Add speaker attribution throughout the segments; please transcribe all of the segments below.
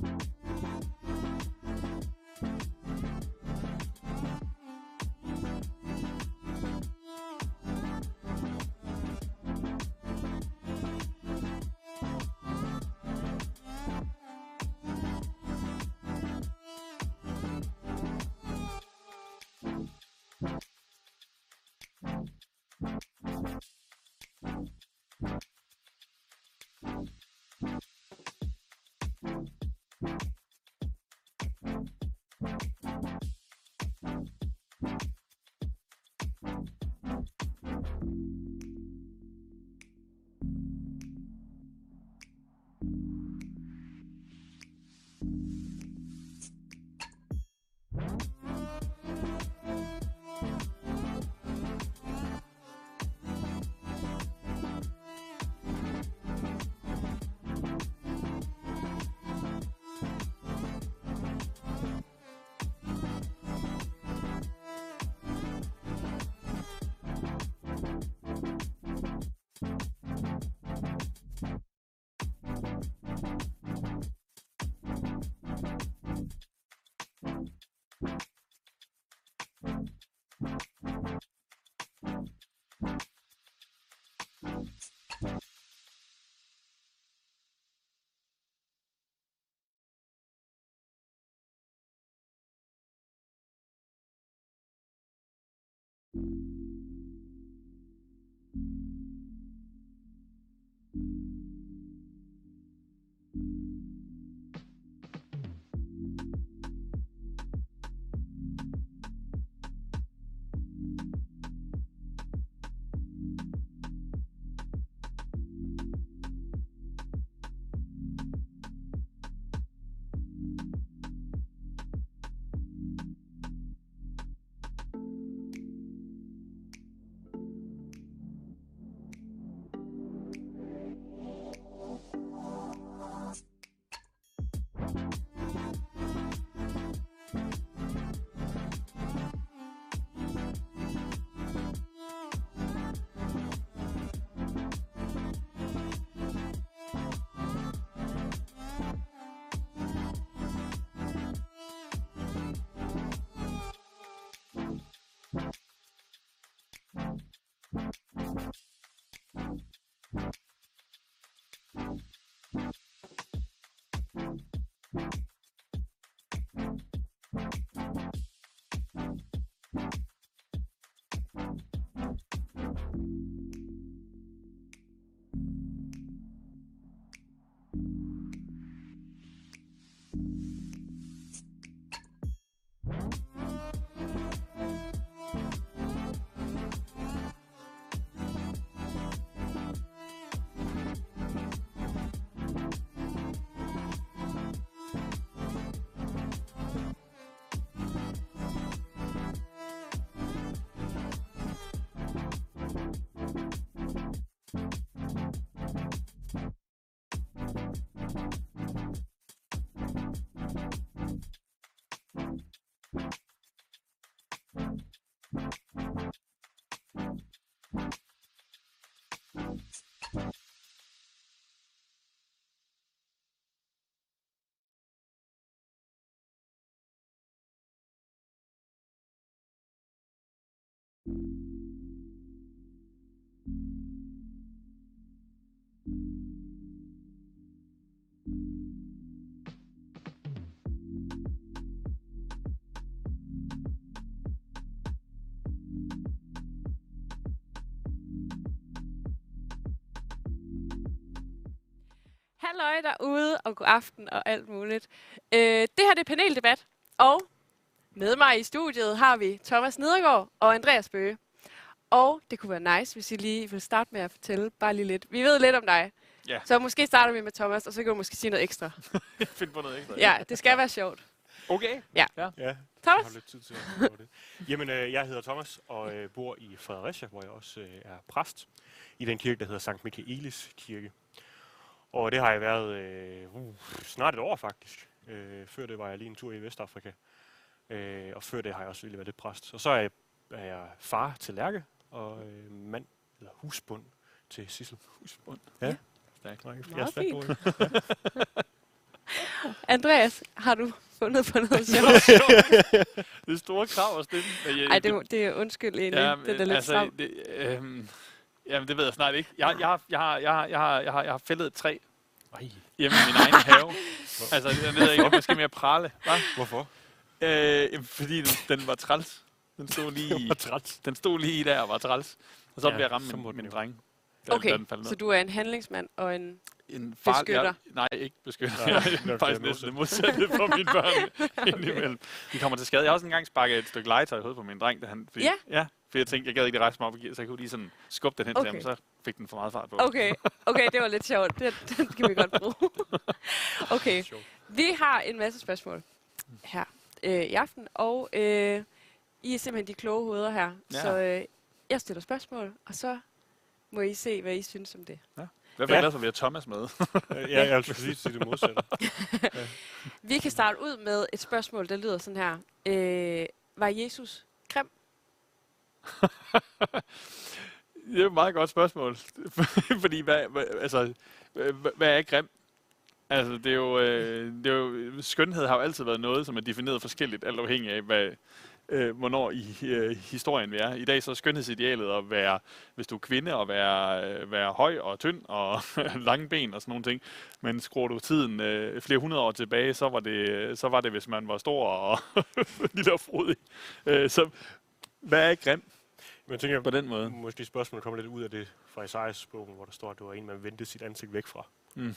Speaker 1: Halløj derude, og god aften og alt muligt. Det her det er paneldebat, og med mig i studiet har vi Thomas Nedergaard og Andreas Bøge. Og det kunne være nice, hvis I lige vil starte med at fortælle bare lige lidt. Vi ved lidt om dig, så måske starter vi med Thomas, og så kan du måske sige noget ekstra.
Speaker 2: Find på noget ekstra.
Speaker 1: Ja, det skal være sjovt.
Speaker 2: Okay.
Speaker 1: Ja.
Speaker 2: Thomas?
Speaker 3: Jeg har lidt tid til at gøre det. Jamen, jeg hedder Thomas og bor i Fredericia, hvor jeg også er præst i den kirke, der hedder Sankt Michaelis Kirke. Og det har jeg været snart et år faktisk. Før det var jeg lige en tur i Vestafrika. Og før det har jeg også virkelig været lidt præst. Og så er jeg far til Lærke og mand, eller husbund til Sissel.
Speaker 2: Husbund.
Speaker 3: Ja.
Speaker 2: Stærkt.
Speaker 1: Meget fint. Andreas, har du fundet på noget sjovt?
Speaker 2: Det store krav at stille.
Speaker 1: Ej, det er undskyld egentlig.
Speaker 2: Ja,
Speaker 1: Det er lidt stramt.
Speaker 2: Jamen, det ved jeg snart ikke. Jeg har fældet et træ
Speaker 3: Ej,
Speaker 2: hjemme i min egen have. Altså, jeg ved ikke, måske mere prale. Hva?
Speaker 3: hvorfor?
Speaker 2: Fordi den var træls. Den
Speaker 3: Træt.
Speaker 2: stod lige der og var træls. Og så
Speaker 3: Ja,
Speaker 2: blev jeg ramt
Speaker 3: så må
Speaker 2: med
Speaker 3: den
Speaker 2: min
Speaker 3: jo.
Speaker 2: dreng.
Speaker 1: Okay,
Speaker 2: den faldt ned.
Speaker 1: så du er en handlingsmand og en...
Speaker 2: En
Speaker 1: Beskytter.
Speaker 2: Nej, ikke beskytter.
Speaker 3: Nej,
Speaker 2: Jeg
Speaker 3: det
Speaker 2: er
Speaker 3: er
Speaker 2: faktisk
Speaker 3: det
Speaker 2: næsten det modsatte for mine børn indimellem. De kommer til skade. Jeg har også engang sparket et stykke legetøj i hovedet på min dreng, da han fik.
Speaker 1: Ja?
Speaker 2: Ja, for jeg tænkte, jeg gad ikke rejse mig op og give, så jeg kunne lige sådan skubbe den hen til
Speaker 1: Okay.
Speaker 2: ham, så fik den for meget fart på.
Speaker 1: Okay, det var lidt sjovt. Den kan vi godt bruge. Okay,
Speaker 3: Sjovt.
Speaker 1: vi har en masse spørgsmål her i aften, og I er simpelthen de kloge hoveder her.
Speaker 2: Ja.
Speaker 1: Så jeg stiller spørgsmål, og så må I se, hvad I synes om det.
Speaker 2: Hvad er jeg glad for, at vi har Thomas med?
Speaker 3: Ja, jeg vil præcis sige det modsatte.
Speaker 1: Vi kan starte ud med et spørgsmål, der lyder sådan her. Var Jesus grim?
Speaker 2: Det er et meget godt spørgsmål. Fordi, hvad er grim? Altså, det er jo, skønhed har jo altid været noget, som er defineret forskelligt, alt afhængig af, hvornår i historien vi er. I dag så er skønhedsidealet at være, hvis du er kvinde, at være høj og tynd og lange ben og sådan nogle ting. Men skruer du tiden flere hundrede år tilbage, så var det, hvis man var stor og lille og frodig. Så hvad er grim
Speaker 3: Men jeg tænker,
Speaker 2: på den måde?
Speaker 3: måske spørgsmålet kommer lidt ud af det fra Esajas-bogen, hvor der står, at det var en, man vendte sit ansigt væk fra.
Speaker 2: Mm.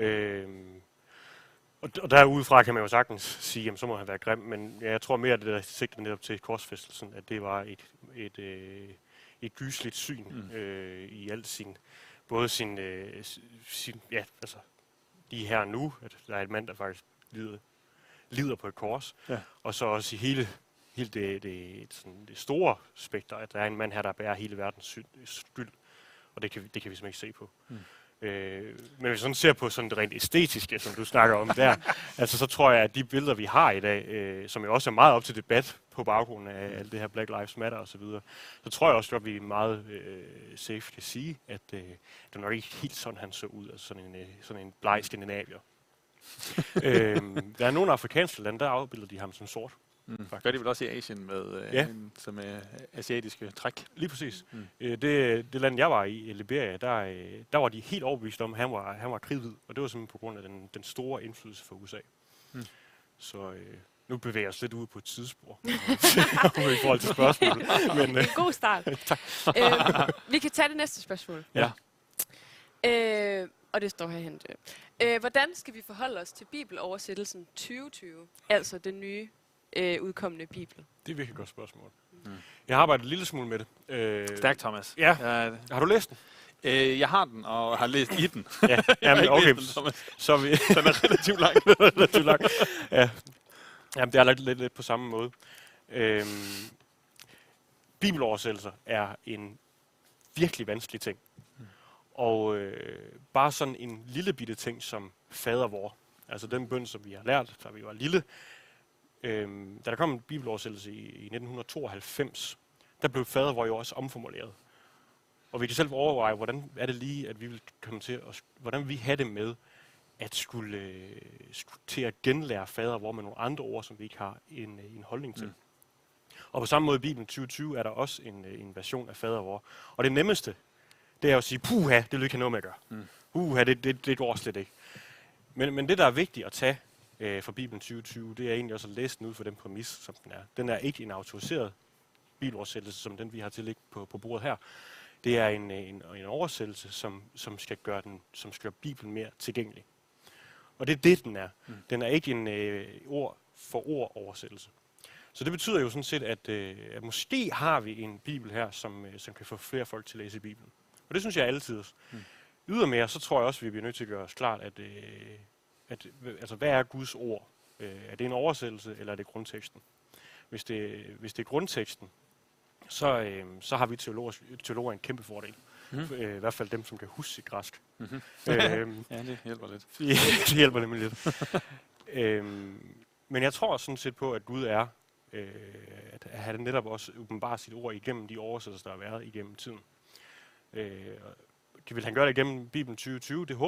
Speaker 3: Og derudefra kan man jo sagtens sige, jamen så må han være grim, men jeg tror mere, at det der sigter netop til korsfæstelsen, at det var et gysligt syn i alt sin, både sin, ja, altså lige her nu, at der er et mand, der faktisk lider på et kors,
Speaker 2: Ja.
Speaker 3: og så også i hele det store spekter, at der er en mand her, der bærer hele verdens skyld, og det kan vi simpelthen ikke se på.
Speaker 2: Mm.
Speaker 3: Men hvis vi sådan ser på sådan det rent æstetiske, som du snakker om der, altså så tror jeg, at de billeder, vi har i dag, som jo også er meget op til debat på baggrund af alt det her Black Lives Matter osv., så tror jeg også, at vi er meget safe kan sige, at det er nok ikke helt sådan, han så ud, altså sådan en bleg skandinavier. Der er nogle afrikanske lande, der afbilder de ham som sort.
Speaker 2: Gør de vel også i Asien med som asiatiske træk?
Speaker 3: Lige præcis.
Speaker 2: Mm.
Speaker 3: Det land, jeg var i, Liberia, der var de helt overbevist om, at han var kridhvid, og det var simpelthen på grund af den store indflydelse fra USA.
Speaker 2: Mm.
Speaker 3: Så nu bevæger jeg os lidt ud på et tidsspor i forhold til spørgsmålet. Men,
Speaker 1: En god start.
Speaker 3: tak.
Speaker 1: Vi kan tage det næste spørgsmål.
Speaker 3: Ja.
Speaker 1: Og det står herhen. Hvordan skal vi forholde os til bibeloversættelsen 2020, altså den nye udkommende bibel?
Speaker 3: Det er et virkelig godt spørgsmål.
Speaker 2: Mm.
Speaker 3: Jeg har arbejdet en lille smule med det.
Speaker 2: Stærkt, Thomas.
Speaker 3: Ja. Har du læst den?
Speaker 2: Jeg har den, og har læst i den.
Speaker 3: Ja, jamen, okay.
Speaker 2: Den, Thomas.
Speaker 3: Så er vi
Speaker 2: Den er relativt lang.
Speaker 3: relativt langt. Ja. Jamen, det er lidt på samme måde. Bibeloversættelser er en virkelig vanskelig ting. Og bare sådan en lille bitte ting som fader vor, altså den bøn, som vi har lært, da vi var lille. Da der kom en bibeloversættelse i 1992, der blev fader vor jo også omformuleret. Og vi kan selv overveje, hvordan er det lige, at vi vil komme til at, hvordan vi have det med at skulle til at genlære fader vor med nogle andre ord, som vi ikke har en holdning til. Og på samme måde i Bibelen 2020 er der også en version af fader vor. Og det nemmeste, det er at sige, puha, det vil ikke have noget med at gøre. Puha, det går slet ikke. Men det, der er vigtigt at tage fra Bibelen 2020, det er egentlig også at læse den ud for den præmis, som den er. Den er ikke en autoriseret bibeloversættelse, som den, vi har til ligge på bordet her. Det er en oversættelse, som skal gøre Bibelen mere tilgængelig. Og det er det, den er. Den er ikke en ord for ord oversættelse. Så det betyder jo sådan set, at måske har vi en bibel her, som kan få flere folk til at læse Bibelen. Og det synes jeg er altid. Ydermere, så tror jeg også, at vi bliver nødt til at gøre os klart, at altså, hvad er Guds ord? Er det en oversættelse, eller er det grundteksten? Hvis det er grundteksten, så har vi teologer en kæmpe fordel. I hvert fald dem, som kan huske sit græsk.
Speaker 2: Ja, det hjælper lidt.
Speaker 3: Det hjælper nemlig lidt. Men jeg tror sådan set på, at Gud er, at han netop også åbenbarer sit ord igennem de oversættelser, der har været igennem tiden. Vil han gøre det igennem Bibelen 2020? Det håber jeg.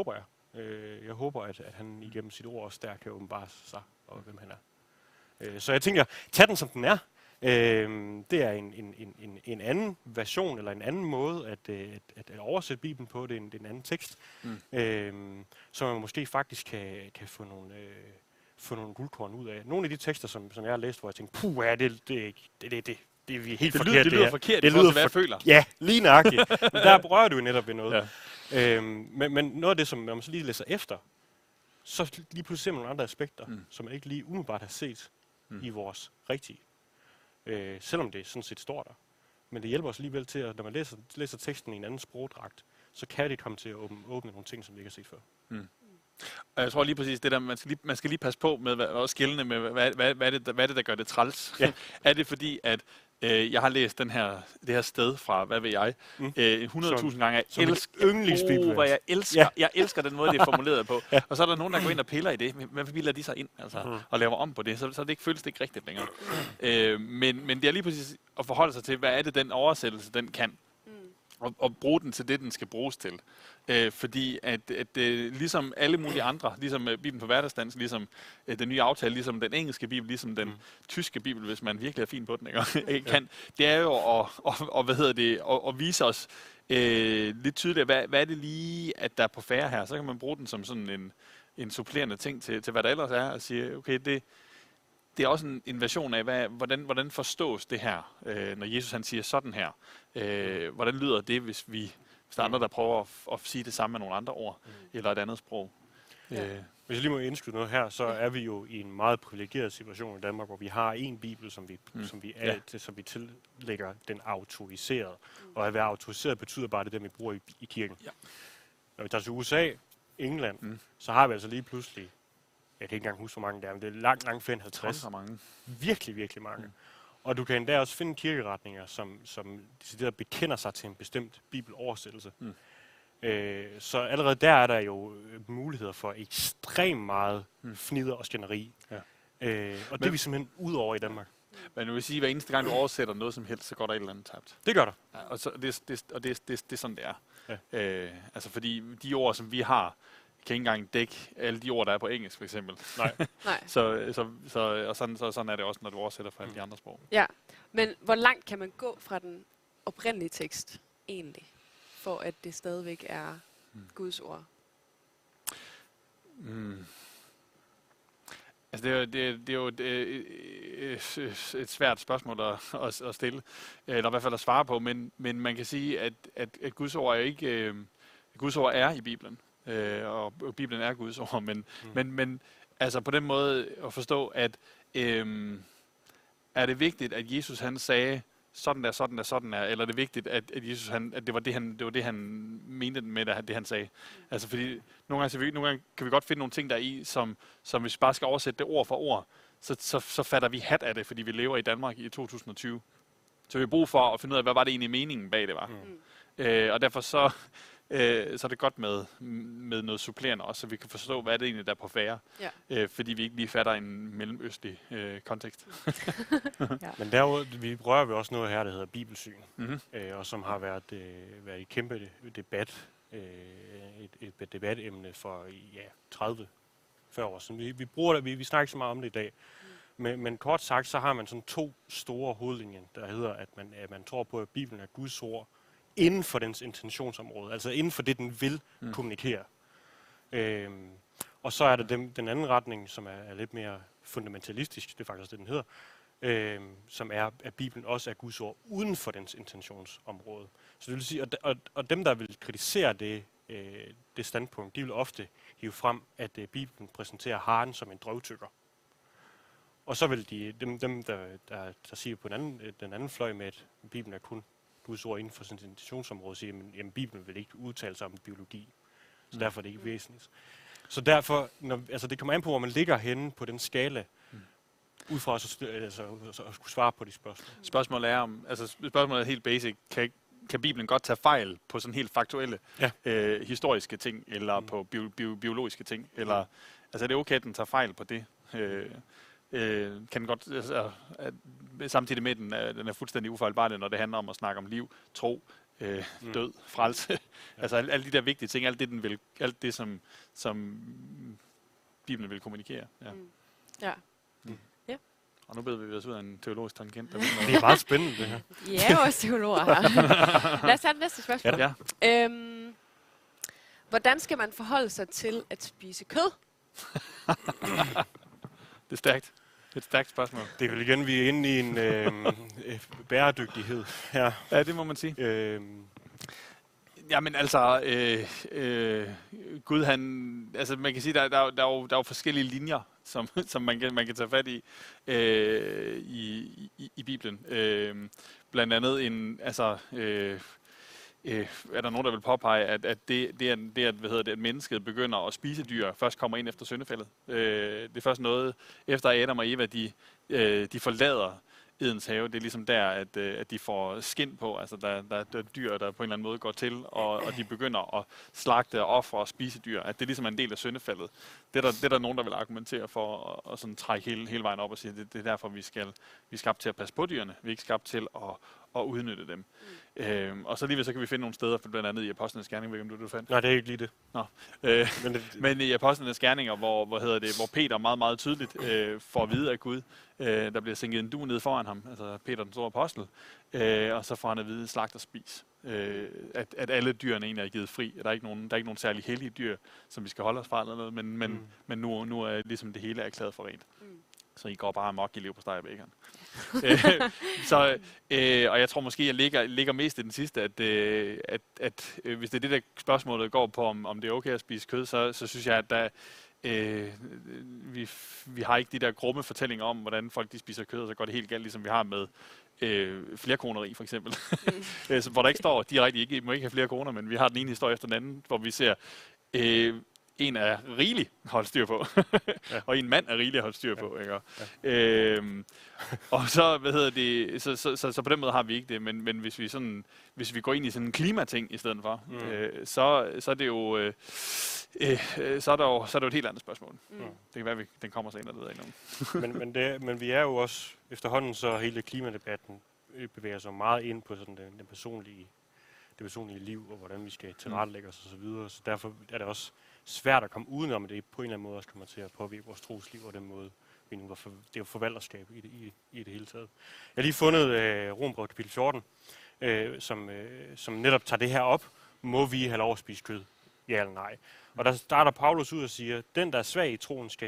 Speaker 3: Jeg håber, at han igennem sit ord også der kan åbenbare sig, og hvem han er. Så jeg tænker, tag den som den er. Det er en anden version, eller en anden måde at oversætte Bibelen på. Det er en anden tekst, som man måske faktisk kan få nogle guldkorn ud af. Nogle af de tekster, som jeg har læst, hvor jeg tænkte, det er helt forkert.
Speaker 2: Det lyder forkert,
Speaker 3: det lyder
Speaker 2: hvad jeg føler.
Speaker 3: Ja, lige nøjagtigt. Men der berører du jo netop ved noget. Ja. Men noget af det, som man så lige læser efter, så lige pludselig ser man nogle andre aspekter, som man ikke lige umiddelbart har set i vores rigtige. Selvom det sådan set står der. Men det hjælper os alligevel til, at når man læser teksten i en anden sprogdragt, så kan det komme til at åbne nogle ting, som vi ikke har set før.
Speaker 2: Og jeg tror lige præcis det der, man skal lige passe på med at skille med, hvad er det, der gør det træls? Ja. Er det fordi, at jeg har læst det her sted fra, hvad ved jeg, 100.000 gange. Jeg elsker den måde, det er formuleret på. Ja. Og så er der nogen, der går ind og piller i det. Hvad bilder de sig ind og laver om på det? Så føles det ikke rigtigt længere. Men det er lige præcis at forholde sig til, hvad er det, den oversættelse, den kan. Og bruge den til det, den skal bruges til. Fordi at ligesom alle mulige andre, ligesom Bibelen på hverdagsdansk, ligesom den nye aftale, ligesom den engelske Bibel, ligesom den tyske Bibel, hvis man virkelig er fin på den, ikke? Kan, det er jo at vise os lidt tydeligt, hvad er det lige, at der er på færre her. Så kan man bruge den som sådan en supplerende ting til hvad der ellers er, og sige, okay, det er også en version af, hvordan forstås det her, når Jesus han siger sådan her. Hvordan lyder det, hvis der er andre, der prøver at sige det samme med nogle andre ord, eller et andet sprog. Ja.
Speaker 3: Hvis jeg lige må indskyde noget her, så er vi jo i en meget privilegeret situation i Danmark, hvor vi har en bibel, som vi tillægger den autoriseret. Og at være autoriseret betyder bare det, vi bruger i kirken. Ja. Når vi tager til USA, England, så har vi altså lige pludselig, jeg kan ikke engang huske, hvor mange der er, men det er langt flere end 50.
Speaker 2: Mange.
Speaker 3: Virkelig, virkelig mange. Og du kan endda også finde kirkeretninger, som decideret bekender sig til en bestemt bibeloversættelse. Så allerede der er der jo muligheder for ekstremt meget fnider og skænderi. Ja. Og det er vi simpelthen ud over i Danmark.
Speaker 2: Men nu vil sige, at hver eneste gang du oversætter noget som helst, så går der et eller andet tabt.
Speaker 3: Det gør der.
Speaker 2: Ja, og det er sådan, det er. Ja. Altså fordi de ord, som vi har, kan ikke engang dække alle de ord, der er på engelsk, for eksempel. Nej. Sådan er det også, når du oversætter fra de andre sprog.
Speaker 1: Ja, men hvor langt kan man gå fra den oprindelige tekst, egentlig, for at det stadigvæk er Guds ord?
Speaker 2: Altså, det er jo et svært spørgsmål at stille, eller i hvert fald at svare på, men man kan sige, at Guds ord er ikke... Guds ord er i Bibelen. Og Bibelen er Guds ord, men altså på den måde at forstå, at er det vigtigt, at Jesus han sagde sådan der, eller er det vigtigt, at Jesus at det var det han mente med det han sagde. Altså fordi nogle gange kan vi godt finde nogle ting der i, som hvis vi bare skal oversætte det ord for ord, så fatter vi hat af det, fordi vi lever i Danmark i 2020. Så vi har brug for at finde ud af, hvad var det egentlig meningen bag det var. Og derfor så er det godt med noget supplerende også, så vi kan forstå, hvad det egentlig der er på færre. Ja. Fordi vi ikke lige fatter en mellemøstlig kontekst.
Speaker 3: Ja. Men derudover, vi rører vi også noget her, der hedder bibelsyn, og som har været et kæmpe debat, et debatemne for 30-40 år siden. Vi bruger det, vi snakker ikke så meget om det i dag. Men kort sagt, så har man sådan 2 store hovedlinjer, der hedder, at man tror på, at Bibelen er Guds ord, inden for dens intentionsområde, altså inden for det, den vil kommunikere. Og så er der den anden retning, som er lidt mere fundamentalistisk, det er faktisk det, den hedder, som er, at Bibelen også er Guds ord uden for dens intentionsområde. Så det vil sige, og dem, der vil kritisere det standpunkt, de vil ofte hive frem, at Bibelen præsenterer Herren som en drøvtykker. Og så vil dem der siger på den anden fløj med, at Bibelen er kun Guds ord inden for sin intentionsområde, siger, at Bibelen vil ikke udtale sig om biologi. Så derfor er det ikke væsentligt. Så derfor, det kommer an på, hvor man ligger henne på den skala, ud fra at skulle svare på de spørgsmål.
Speaker 2: Spørgsmålet er helt basic. Kan Bibelen godt tage fejl på sådan helt faktuelle historiske ting, eller på biologiske ting? Eller, altså er det okay, at den tager fejl på det? Kan godt, samtidig med, at den er fuldstændig ufejlbarlig, når det handler om at snakke om liv, tro, død, frelse. Altså alle de der vigtige ting, alt det som Bibelen vil kommunikere. Ja.
Speaker 1: Ja.
Speaker 2: Og nu bevæger vi os ud af en teologisk tangent.
Speaker 3: Det er meget spændende, det her.
Speaker 1: Vi er jo også teologer her. Lad os tage det næste spørgsmål.
Speaker 2: Ja.
Speaker 1: Hvordan skal man forholde sig til at spise kød?
Speaker 2: Det er stærkt. Det er et stærkt spørgsmål.
Speaker 3: Det er vel igen, vi er inde i en bæredygtighed her.
Speaker 2: Ja, det må man sige. Jamen altså, Gud han, altså man kan sige, der er jo forskellige linjer, som man kan tage fat i Bibelen. Blandt andet er der nogen, der vil påpege, at det at mennesket begynder at spise dyr, først kommer ind efter syndefaldet. Det er først noget, efter Adam og Eva, de forlader Edens have. Det er ligesom der, at de får skind på. Altså der er dyr, der på en eller anden måde går til, og de begynder at slagte og ofre og spise dyr. At det ligesom er en del af syndefaldet. Det er der nogen, der vil argumentere for at sådan trække hele vejen op og sige, at det er derfor, vi er skabt til at passe på dyrene. Vi er ikke skabt til at udnytte dem. Og så alligevel så kan vi finde nogle steder, for blandt andet i Apostlenes Gerninger, ved du fandt?
Speaker 3: Nej, det er ikke lige det.
Speaker 2: Nå. Men i Apostlenes Gerninger, hvor Peter meget, meget tydeligt får at vide af Gud, der bliver sænket en dug ned foran ham, altså Peter den store apostel, og så får han at vide, slagt og spis. At alle dyrene egentlig er givet fri. Der er ikke nogen særlig hellige dyr, som vi skal holde os fra eller noget, men nu er ligesom det hele erklæret for rent. Så I går bare amok i leverpostej og bacon. Og jeg tror måske, jeg ligger mest i den sidste, at hvis det er det, der spørgsmålet går på, om det er okay at spise kød, så synes jeg, at vi har ikke de der grumme fortællinger om, hvordan folk de spiser kød, og så går det helt galt, ligesom vi har med flerkoneri for eksempel. Hvor der ikke står direkte, I må ikke have flere koner, men vi har den ene historie efter den anden, hvor vi ser en er rigelig holdt styr på, og en mand er rigelig holdt styr på. Ikke? Og så, så på den måde har vi ikke det, men hvis vi går ind i sådan en klimating i stedet for, så er det jo så er det jo et helt andet spørgsmål. Det kan være, den kommer senere, det ved jeg ikke.
Speaker 3: Men vi er jo også efterhånden, så hele klimadebatten bevæger sig meget ind på sådan det personlige liv, og hvordan vi skal tilrettelægge os osv. Så derfor er det også svært at komme udenom, at det på en eller anden måde også kommer til at påvirke vores trosliv, og den måde, det er jo forvalterskab i det hele taget. Jeg har lige fundet Romerbrevet kapitel 14, som netop tager det her op. Må vi have lov at spise kød? Ja eller nej? Og der starter Paulus ud og siger, den der er svag i troen skal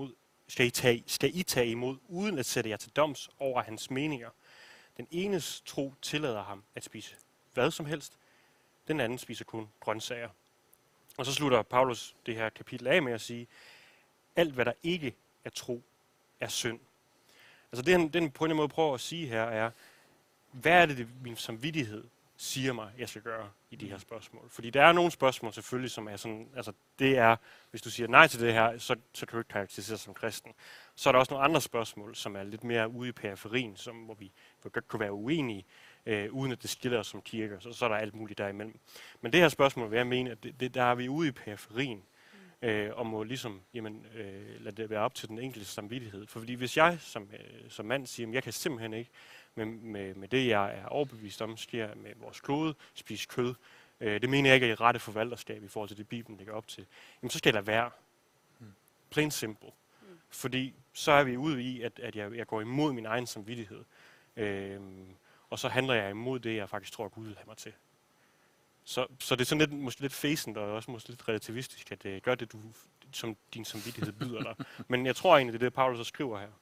Speaker 3: I tage imod, uden at sætte jer til doms over hans meninger. Den enes tro tillader ham at spise hvad som helst. Den anden spiser kun grøntsager. Og så slutter Paulus det her kapitel af med at sige, alt hvad der ikke er tro, er synd. Altså det han på en måde prøver at sige her er, hvad er det min samvittighed siger mig, jeg skal gøre i de her spørgsmål? Fordi der er nogle spørgsmål selvfølgelig, som er sådan, altså det er, hvis du siger nej til det her, så kan du ikke karakteriseres som kristen. Så er der også nogle andre spørgsmål, som er lidt mere ude i periferien, hvor vi godt kunne være uenige, uden at det skiller os som kirke, så er der alt muligt derimellem. Men det her spørgsmål, vil jeg mene, at der er vi ude i periferien, og må ligesom lade det være op til den enkelte samvittighed. For fordi hvis jeg som mand siger, at jeg kan simpelthen ikke med det, jeg er overbevist om, sker med vores klode, spise kød, det mener jeg ikke er i rette forvalterskab i forhold til det, Bibelen lægger op til, jamen så skal jeg lade være. Plain simple. Fordi så er vi ude i, at jeg går imod min egen samvittighed. Og så handler jeg imod det, jeg faktisk tror, Gud vil have mig til. Så det er sådan måske lidt fæsent og også måske lidt relativistisk, at gør det, som din samvittighed byder dig. Men jeg tror egentlig, det er det, Paulus så skriver her.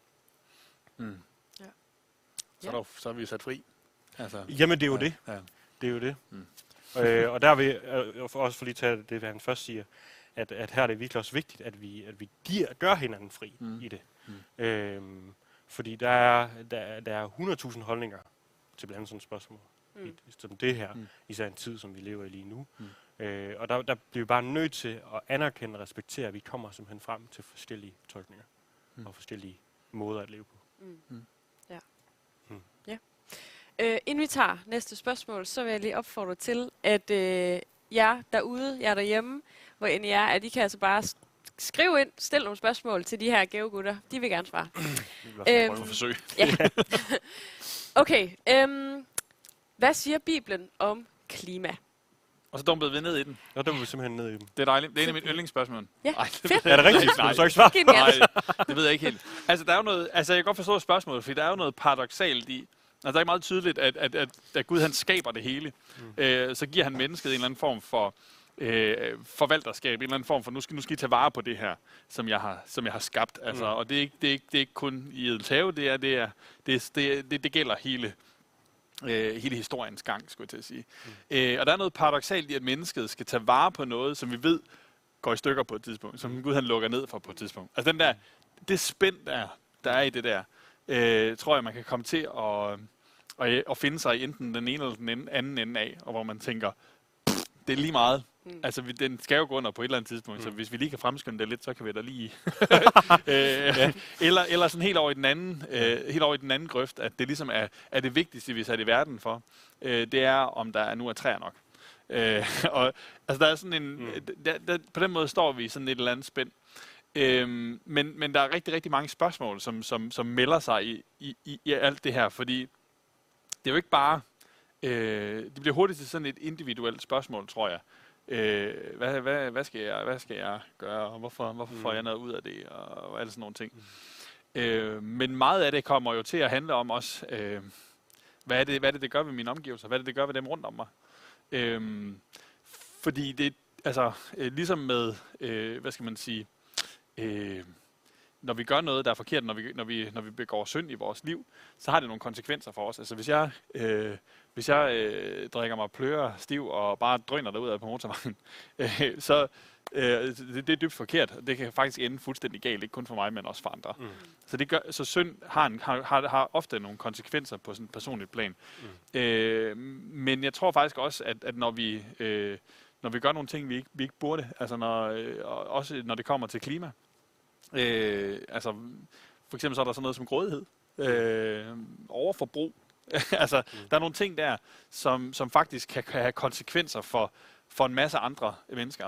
Speaker 2: Så er vi sat fri. Altså,
Speaker 3: jamen, det er jo det. Ja. Det er jo det. Og der vil også for lige tage det, hvad han først siger, at her er det virkelig også vigtigt, at vi gør hinanden fri i det. Fordi der er 100.000 holdninger til blandt andet sådan et spørgsmål. Som det her, især en tid, som vi lever i lige nu. Og der bliver vi bare nødt til at anerkende og respektere, at vi kommer simpelthen frem til forskellige tolkninger og forskellige måder at leve på.
Speaker 1: Inden vi tager næste spørgsmål, så vil jeg lige opfordre til, at jer derude, jer derhjemme, hvor end I er, at I kan altså bare skrive ind, stil nogle spørgsmål til de her gavegutter. De vil gerne svare.
Speaker 2: forsøg.
Speaker 1: Ja. Okay. Hvad siger Bibelen om klima.
Speaker 2: Og så dumpede vi ned i den.
Speaker 3: Nå, der var vi simpelthen ned i dem.
Speaker 2: Det er dejligt. Det er en af mine yndlingsspørgsmål.
Speaker 1: Ja,
Speaker 2: Ej,
Speaker 1: fedt.
Speaker 3: Er det rigtigt?
Speaker 2: Nej,
Speaker 3: Du så ikke svar?
Speaker 1: Genialt.
Speaker 2: nej, det ved jeg ikke helt. Altså, der er jo noget, altså, jeg kan godt forstå spørgsmålet, fordi der er jo noget paradoksalt i, altså, der er meget tydeligt, at Gud han skaber det hele. Så giver han mennesket en eller anden form for forvalterskab, en eller anden form for, nu skal I tage vare på det her, som jeg har skabt. Altså, og det er ikke kun i Edels Have, det gælder hele historiens gang, skulle jeg til at sige. Og der er noget paradoksalt i, at mennesket skal tage vare på noget, som vi ved går i stykker på et tidspunkt, som Gud han lukker ned for på et tidspunkt. Altså det spænd, der er i det der, tror jeg, man kan komme til at finde sig i enten den ene eller den anden ende af, og hvor man tænker, det er lige meget. Altså, den skal jo gå under på et eller andet tidspunkt, så hvis vi lige kan fremskynde det lidt, så kan vi da lige... eller sådan helt over i den anden grøft, at det ligesom er det vigtigste, vi er sat i verden for. Det er, om der nu er træer nok. Og altså, der er sådan en... på den måde står vi i sådan et eller andet spænd. Men der er rigtig, rigtig mange spørgsmål, som melder sig i alt det her, fordi det er jo ikke bare... det bliver hurtigt til sådan et individuelt spørgsmål, tror jeg. Hvad skal jeg gøre, og hvorfor får jeg noget ud af det, og alle sådan nogle ting. Men meget af det kommer jo til at handle om også, hvad er det gør ved mine omgivelser, hvad er det gør ved dem rundt om mig. Fordi det, altså, ligesom med, hvad skal man sige, når vi gør noget, der er forkert, når vi begår synd i vores liv, så har det nogle konsekvenser for os. Altså hvis jeg drikker mig pløre stiv og bare drøner derud på motorvejen, så det er dybt forkert. Det kan faktisk ende fuldstændig galt, ikke kun for mig, men også for andre. Så synd har ofte nogle konsekvenser på sådan et personligt plan. Men jeg tror faktisk også, at når vi gør nogle ting, vi ikke burde, altså også når det kommer til klima, altså for eksempel så er der sådan noget som grådighed, overforbrug. Altså, der er nogle ting der, som faktisk kan have konsekvenser for en masse andre mennesker.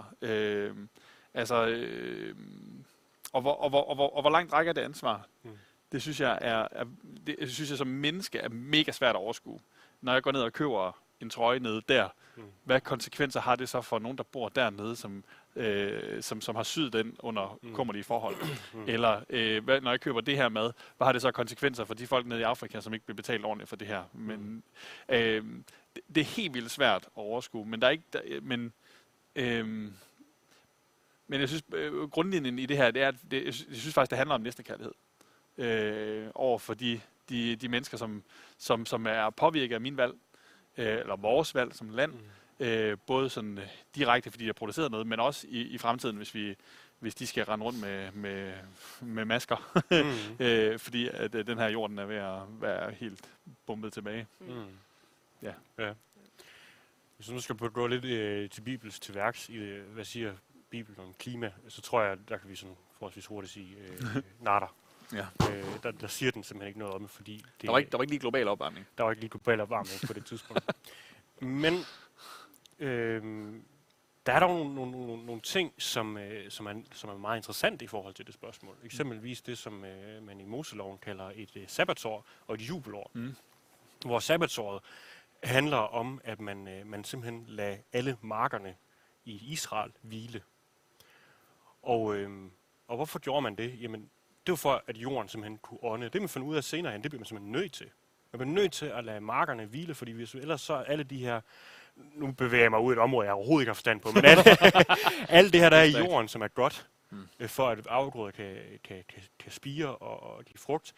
Speaker 2: Og hvor langt rækker det ansvar? Det synes jeg det synes jeg som menneske er mega svært at overskue. Når jeg går ned og køber en trøje nede der, hvad konsekvenser har det så for nogen, der bor dernede, som har syet den under kummerlige forhold? Eller når jeg køber det her mad, hvad har det så konsekvenser for de folk nede i Afrika, som ikke bliver betalt ordentligt for det her? Men det er helt vildt svært at overskue, men der er ikke... men jeg synes, grundlinjen i det her, det er, at jeg synes faktisk, det handler om næstekærlighed. Over for de mennesker, som er påvirket af min valg, eller vores valg som land, både sådan direkte, fordi de har produceret noget, men også i fremtiden, hvis de skal rende rundt med masker, fordi at den her jorden er ved at være helt bumpet tilbage. Ja.
Speaker 3: Hvis nu skal gå lidt til Bibels til værks, hvad siger Bibelen om klima, så tror jeg, der kan vi sådan forholdsvis hurtigt sige natter. Ja. Der siger den simpelthen ikke noget om, fordi...
Speaker 2: Der var ikke lige global opvarmning.
Speaker 3: Der var ikke lige global opvarmning på det tidspunkt. Men der er dog nogle ting, som er meget interessant i forhold til det spørgsmål. Eksempelvis det, som man i Moseloven kalder et sabbatsår og et jubelår. Hvor sabbatsåret handler om, at man simpelthen lader alle markerne i Israel hvile. Og hvorfor gjorde man det? Jamen, det var for, at jorden simpelthen kunne ånde. Det man fandt ud af senere hen, det bliver man simpelthen nødt til. Man bliver nødt til at lade markerne hvile, fordi hvis ellers så alle de her... Nu bevæger jeg mig ud i et område, jeg overhovedet ikke har forstand på, men alt det her, der er i jorden, som er godt, for at afgrøder kan spire og give frugt,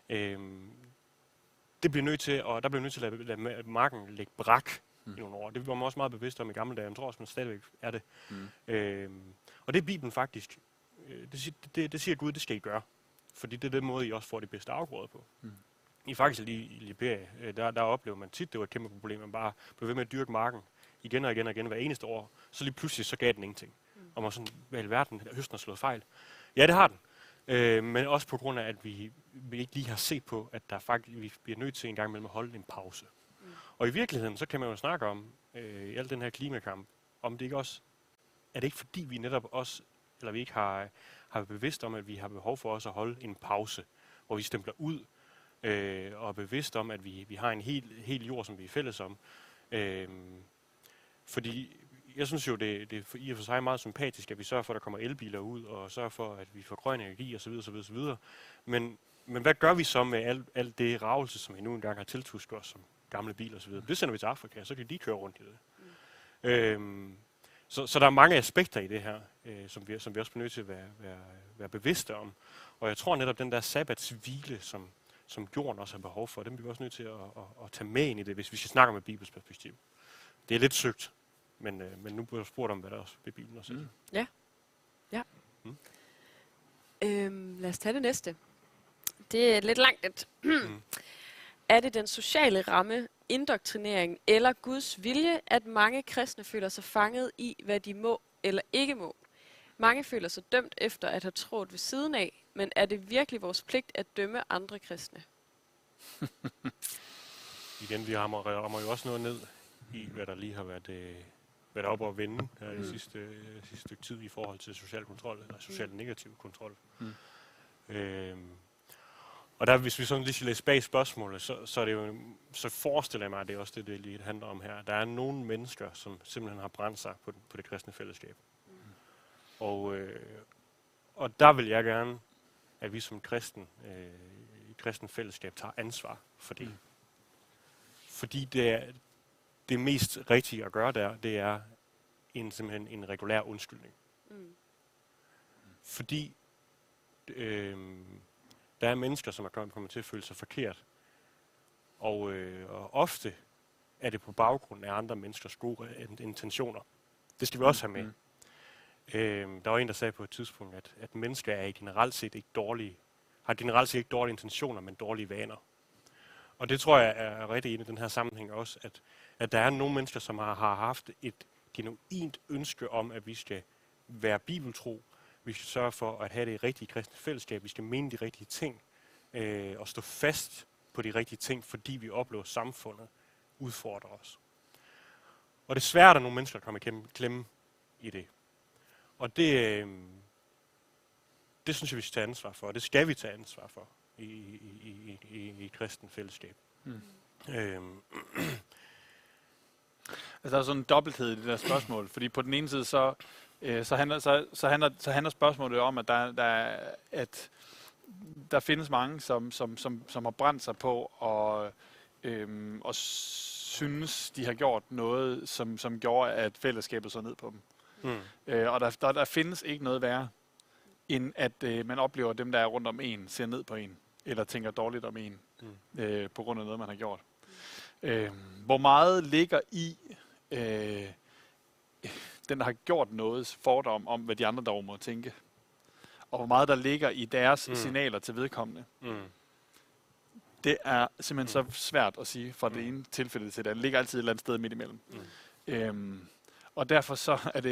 Speaker 3: det bliver nødt til, og der bliver nødt til at lade marken ligge brak i nogle år. Det var man også meget bevidst om i gamle dage, jeg tror også, man stadigvæk er det. Og det er Bibelen faktisk. Det siger Gud, det skal I gøre. Fordi det er den måde, I også får de bedste afgrøder på. I faktisk i Liberia, der oplever man tit, det var et kæmpe problem, man bare blev ved med at dyrke marken igen og igen og igen hver eneste år. Så lige pludselig, så gav den ingenting. Og man sådan, hvad i verden, høsten har slået fejl. Ja, det har den. Men også på grund af, at vi ikke lige har set på, at der faktisk, vi bliver nødt til en gang imellem at holde en pause. Og i virkeligheden, så kan man jo snakke om, i al den her klimakamp, om det ikke også, er det ikke fordi vi netop også, eller vi ikke har bevidst om, at vi har behov for også at holde en pause, hvor vi stempler ud, og er bevidst om, at vi har en hel jord, som vi er fælles om. Fordi jeg synes jo, det er i og for sig meget sympatisk, at vi sørger for, at der kommer elbiler ud, og sørger for, at vi får grøn energi osv. osv. Men hvad gør vi så med alt det ravelse, som vi nu engang har tiltusket os som gamle biler osv.? Det sender vi til Afrika, og så kan de køre rundt i det. Så der er mange aspekter i det her, som vi også bliver nødt til at være bevidste om. Og jeg tror netop, den der sabbatshvile, som jorden også har behov for, den bliver vi også nødt til at tage med ind i det, hvis vi skal snakke om et bibelsk perspektiv. Det er lidt søgt, men nu bliver jeg spurgt om, hvad der også ved Bibelen også er.
Speaker 1: Ja. Lad os tage det næste. Det er lidt langt. Er det den sociale ramme, indoktrinering eller Guds vilje, at mange kristne føler sig fanget i, hvad de må eller ikke må? Mange føler sig dømt efter at have trådt ved siden af, men er det virkelig vores pligt at dømme andre kristne?
Speaker 3: Igen, vi rammer jo også noget ned i, hvad der lige har været oppe at vende her i sidste stykke tid i forhold til social kontrol, eller social negativ kontrol. Og der, hvis vi sådan lige skal læse bag spørgsmålet, så er det jo, så forestiller jeg mig, at det er også det lige handler om her. Der er nogle mennesker, som simpelthen har brændt sig på det kristne fællesskab. Og der vil jeg gerne, at vi som kristen fællesskab tager ansvar for det. Fordi det mest rigtige at gøre der, det er simpelthen en regulær undskyldning. Fordi der er mennesker, som er kommet til at føle sig forkert. Og ofte er det på baggrund af andre menneskers gode intentioner. Det skal vi også have med. Der var en, der sagde på et tidspunkt, at mennesker er generelt set ikke dårlige intentioner, men dårlige vaner. Og det tror jeg er rigtig inde i den her sammenhæng også, at der er nogle mennesker, som har haft et genuint ønske om, at vi skal være bibeltro. Vi skal sørge for at have det rigtige kristne fællesskab. Vi skal mene de rigtige ting og stå fast på de rigtige ting, fordi vi oplever, at samfundet udfordrer os. Og det er svært, at nogle mennesker kommer i klemme i det. Og det synes jeg, vi skal tage ansvar for. Og det skal vi tage ansvar for i et kristen fællesskab.
Speaker 2: Altså, der er sådan en dobbelthed i det der spørgsmål, fordi på den ene side, så handler spørgsmålet om, at der findes mange, som har brændt sig på og synes, de har gjort noget, som gjorde, at fællesskabet så ned på dem. Og der findes ikke noget værre, end at man oplever, at dem, der er rundt om en, ser ned på en, eller tænker dårligt om en, på grund af noget, man har gjort. Hvor meget ligger i den, der har gjort noget, fordom om, hvad de andre dog må tænke, og hvor meget der ligger i deres signaler til vedkommende. Det er simpelthen så svært at sige fra det ene tilfælde til det andet. Det ligger altid et eller andet sted midt imellem. Og derfor så er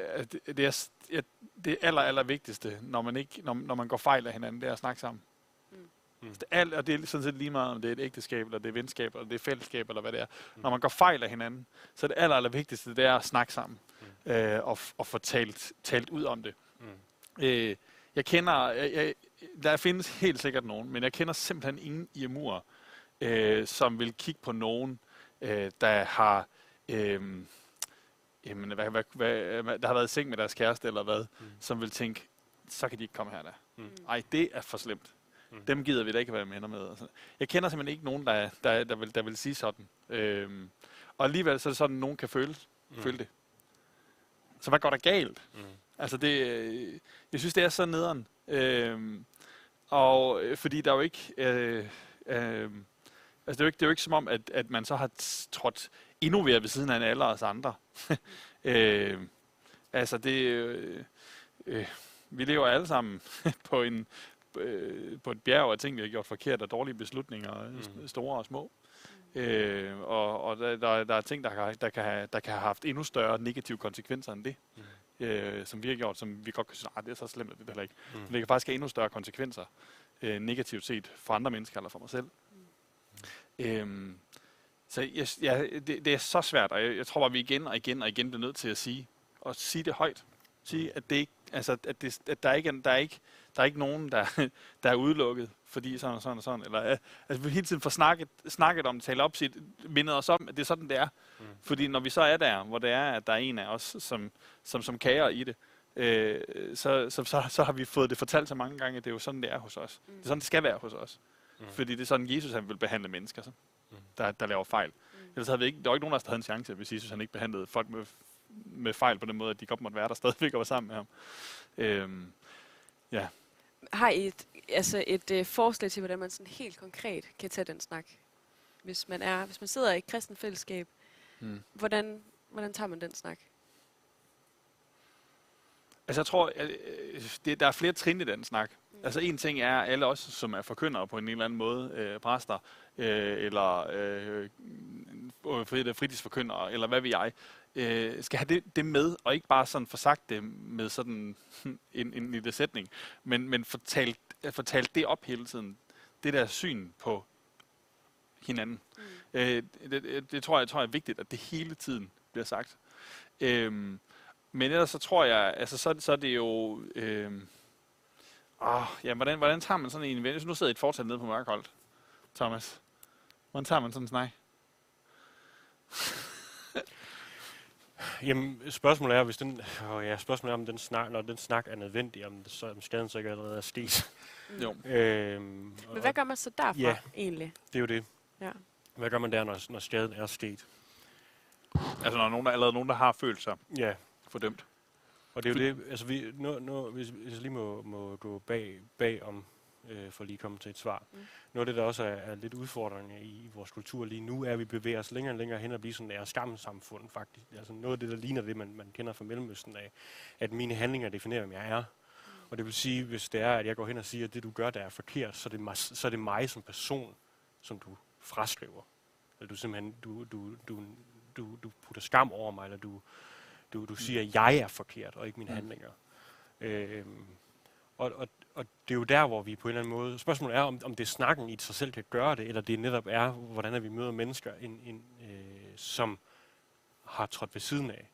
Speaker 2: det aller vigtigste, når man går fejl af hinanden, det er at snakke sammen. Og det er sådan set lige meget, om det er et ægteskab, eller det er venskab, eller det er fællesskab, eller hvad det er. Når man går fejl af hinanden, så er det aller vigtigste, det er at snakke sammen, og få talt ud om det. Der findes helt sikkert nogen, men jeg kender simpelthen ingen IMU'er, som vil kigge på nogen, der har der har været i seng med deres kæreste, eller hvad, som vil tænke, så kan de ikke komme her da. Ej, det er for slemt. Dem gider vi da ikke være venner med. Altså, jeg kender simpelthen ikke nogen, der vil sige sådan. Og alligevel så er det sådan, at nogen kan føle det. Så hvad går der galt? Altså jeg synes, det er så nederen. Og fordi der er jo ikke... altså det er jo ikke som om, at man så har trådt endnu mere ved siden af alle os andre. Altså vi lever alle sammen på et bjerg af ting, vi har gjort forkert, og dårlige beslutninger, store og små. Og der er ting, der kan have haft endnu større negative konsekvenser end det, som vi har gjort, som vi godt kan sige, det er så slemt, at det heller ikke. Men det kan faktisk have endnu større konsekvenser, negativt set, for andre mennesker eller for mig selv. Så det er så svært, og jeg tror bare, vi igen og igen bliver nødt til at sige det højt. Sige, at det ikke, altså, at der Der er ikke nogen, der er udelukket, fordi sådan og sådan og sådan. Eller, altså, vi hele tiden får snakket om, tale op, mindet os om, at det er sådan, det er. Fordi når vi så er der, hvor det er, at der er en af os, som kager i det, så har vi fået det fortalt så mange gange, at det er jo sådan, det er hos os. Det er sådan, det skal være hos os. Fordi det er sådan, Jesus han vil behandle mennesker, der laver fejl. Ellers havde der var ikke nogen af os, der havde en chance, hvis Jesus han ikke behandlede folk med fejl på den måde, at de godt måtte være der stadigvæk og var sammen med ham. Ja.
Speaker 1: Har I et forslag til, hvordan man sådan helt konkret kan tage den snak? Hvis man sidder i et kristent fællesskab, hvordan tager man den snak?
Speaker 2: Altså jeg tror, der er flere trin i den snak. Altså en ting er, alle os, som er forkyndere på en eller anden måde, præster, eller fritidsforkyndere, eller hvad ved jeg, skal have det med, og ikke bare sådan få sagt det med sådan en lille sætning, men fortalt det op hele tiden. Det der syn på hinanden. Det tror jeg er vigtigt, at det hele tiden bliver sagt. Men ellers så tror jeg, altså så er det jo... hvordan tager man sådan en event? Nu sidder I et fortal nede på Mørkholdt, Thomas. Hvordan tager man sådan en snak?
Speaker 3: Jamen, spørgsmålet er, om den snak, når den snak er nødvendig, om skaden så ikke allerede er sket.
Speaker 2: Jo.
Speaker 1: Men hvad gør man så derfra egentlig?
Speaker 3: Det er jo det.
Speaker 1: Ja.
Speaker 3: Hvad gør man der, når skaden er sket?
Speaker 2: Altså når der er allerede nogen, der har følt sig fordømt.
Speaker 3: Og det er jo det, altså hvis jeg lige må gå bag om, for lige at komme til et svar. Noget af det, der også er lidt udfordrende i vores kultur lige nu, er, at vi bevæger os længere og længere hen og bliver sådan et skamsamfund faktisk. Altså noget af det, der ligner det, man kender fra Mellemøsten af, at mine handlinger definerer, hvem jeg er. Og det vil sige, hvis det er, at jeg går hen og siger, at det du gør, der er forkert, så er det mig som person, som du fraskriver. Eller du simpelthen, du putter skam over mig, eller du siger, at jeg er forkert, og ikke mine handlinger. Og det er jo der, hvor vi på en eller anden måde... Spørgsmålet er, om det snakken i sig selv kan gøre det, eller det netop er, hvordan vi møder mennesker, som har trådt ved siden af.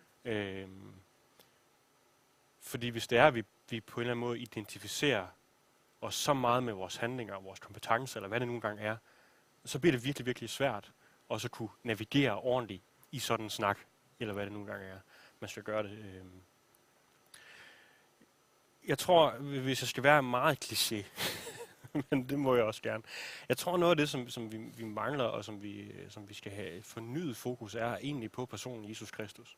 Speaker 3: Fordi hvis det er, at vi på en eller anden måde identificerer os så meget med vores handlinger og vores kompetencer, eller hvad det nu engang er, så bliver det virkelig, virkelig svært at så kunne navigere ordentligt i sådan en snak, eller hvad det nu engang er, man skal gøre det. Jeg tror, hvis jeg skal være meget kliché, men det må jeg også gerne. Jeg tror, noget af det, som vi mangler, og som vi skal have fornyet fokus, er egentlig på personen Jesus Kristus.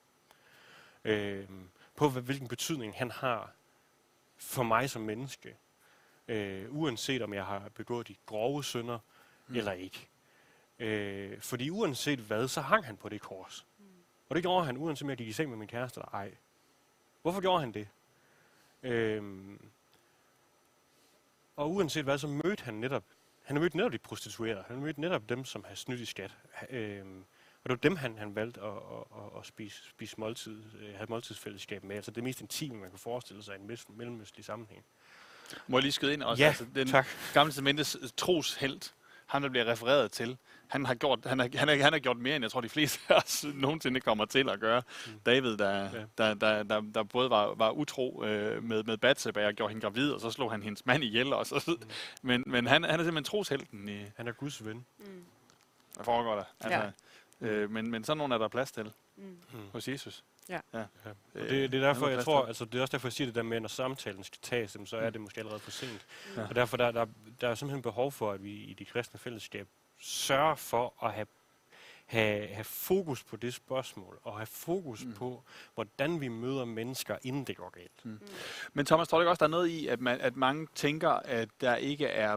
Speaker 3: På hvilken betydning han har for mig som menneske. Uanset om jeg har begået de grove synder eller ikke. Fordi uanset hvad, så hang han på det kors. Og det gjorde han, uanset om jeg gik i seng med min kæreste eller ej. Hvorfor gjorde han det? Og uanset hvad, så mødte han mødte netop de prostituerede. Han mødte netop dem, som havde snydt i skat. Og det var dem, han valgte at spise måltid, have måltidsfællesskab med. Altså det mest intime, man kan forestille sig i en mellemøstlig sammenhæng.
Speaker 2: Må jeg lige skyde ind også?
Speaker 3: Ja,
Speaker 2: altså, den
Speaker 3: tak.
Speaker 2: Gamle Testamentes troshelt, han der bliver refereret til, han har gjort mere, end jeg tror, de fleste af os nogensinde kommer til at gøre. David, der både var utro med Batseba og gjorde hende gravid, og så slog han hendes mand ihjel. Og så, men han er simpelthen troshelten.
Speaker 3: Han er Guds ven.
Speaker 2: Hvad foregår der? Altså, men sådan nogen er der plads til hos Jesus.
Speaker 1: Ja.
Speaker 3: Og det er derfor, jeg tror, altså det er også derfor, jeg siger det der med, når samtalen skal tages, så er det måske allerede for sent. Ja. Og derfor der er simpelthen behov for, at vi i de kristne fællesskab sørger for at have fokus på det spørgsmål, og have fokus på, hvordan vi møder mennesker, inden det går galt.
Speaker 2: Men Thomas, tror du ikke også, der er noget i, at mange tænker, at der ikke er,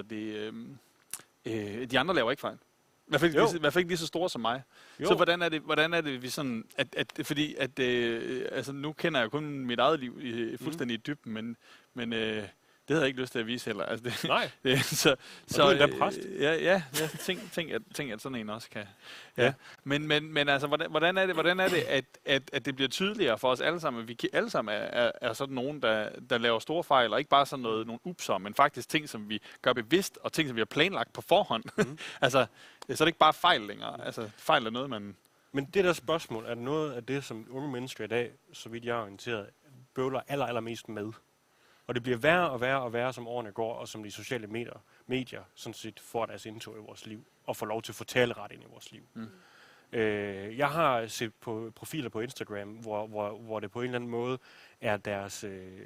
Speaker 2: de andre laver ikke fejl? I hvert fald ikke lige så store som mig. Jo. Så hvordan er det vi sådan, fordi altså nu kender jeg kun mit eget liv fuldstændig i dybden, men det havde jeg ikke lyst til at vise heller. Altså
Speaker 3: Nej.
Speaker 2: Så
Speaker 3: du er endda præst.
Speaker 2: Ja, tænk at sådan en også kan. Ja. Men altså, hvordan er det, at det bliver tydeligere for os alle sammen, at vi alle sammen er sådan nogen, der laver store fejl, og ikke bare sådan nogle upser, men faktisk ting, som vi gør bevidst, og ting, som vi har planlagt på forhånd. Altså, så er det ikke bare fejl længere. Altså, fejl er noget, man...
Speaker 3: Men det der spørgsmål, er noget af det, som unge mennesker i dag, så vidt jeg er orienteret, bøvler allermest med. Og det bliver værre og værre og værre, som årene går, og som de sociale medier sådan set får deres indtog i vores liv, og får lov til at få taleret ind i vores liv. Jeg har set på profiler på Instagram, hvor det på en eller anden måde er deres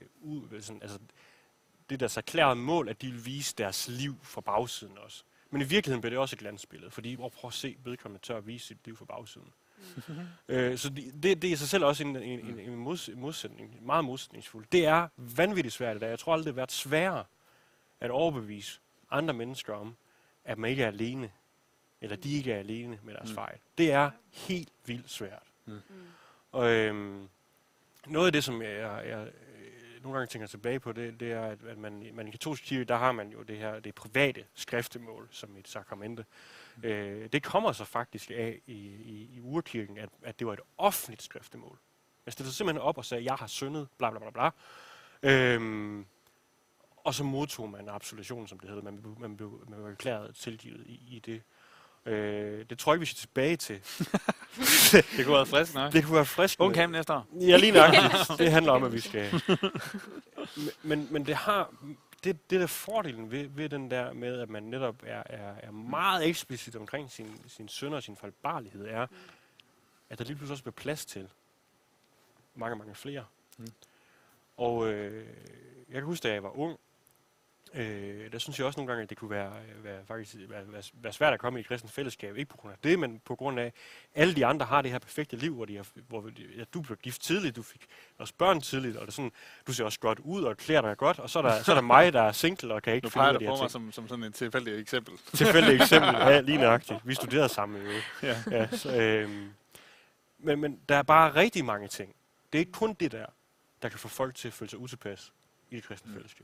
Speaker 3: det deres erklærede mål, at de vil vise deres liv fra bagsiden også. Men i virkeligheden bliver det også et glansbillede, fordi prøv at se, vedkommende tør at vise sit liv fra bagsiden. Så det er i sig selv også en modsætning, meget modsætningsfuld. Det er vanvittigt svært, jeg tror aldrig, det har været sværere at overbevise andre mennesker om, at man ikke er alene, eller de ikke er alene med deres fejl. Det er helt vildt svært. Og noget af det, som jeg nogle gange tænker tilbage på, det er, at man i katolsk kirke, der har man jo det private skriftemål som et sakramente. Det kommer så faktisk af i urkirken, at det var et offentligt skriftemål. Jeg stillede simpelthen op og sagde, jeg har syndet, bla bla bla bla. Og så modtog man absolution, som det hedder. Man blev erklæret tilgivet i det. Det tror jeg ikke, vi skal tilbage til.
Speaker 2: Det kunne være frisk nok.
Speaker 3: Det kunne være frisk.
Speaker 2: Unge camp næste år.
Speaker 3: Ja, lige nøjagtigt. Det handler om, at vi skal. Men det har det der fordelen ved den der med, at man netop er meget eksplicit omkring sin synder og sin fejlbarlighed, er, at der lige pludselig også bliver plads til mange, mange flere. Og jeg kan huske, da jeg var ung, der synes jeg også nogle gange, at det kunne være svært at komme i et kristent fællesskab. Ikke på grund af det, men på grund af, alle de andre har det her perfekte liv, hvor du blev gift tidligt, du fik også børn tidligt, og det sådan, du ser også godt ud og klæder dig godt, og så er der mig, der er single og kan ikke finde ud af det her ting.
Speaker 2: Nu peger du på mig som sådan et tilfældigt eksempel.
Speaker 3: Tilfældigt eksempel, ja, lige nøjagtigt. Vi studerede sammen jo.
Speaker 2: Ja.
Speaker 3: Men der er bare rigtig mange ting. Det er ikke kun det der kan få folk til at føle sig utilpas i det kristne fællesskab.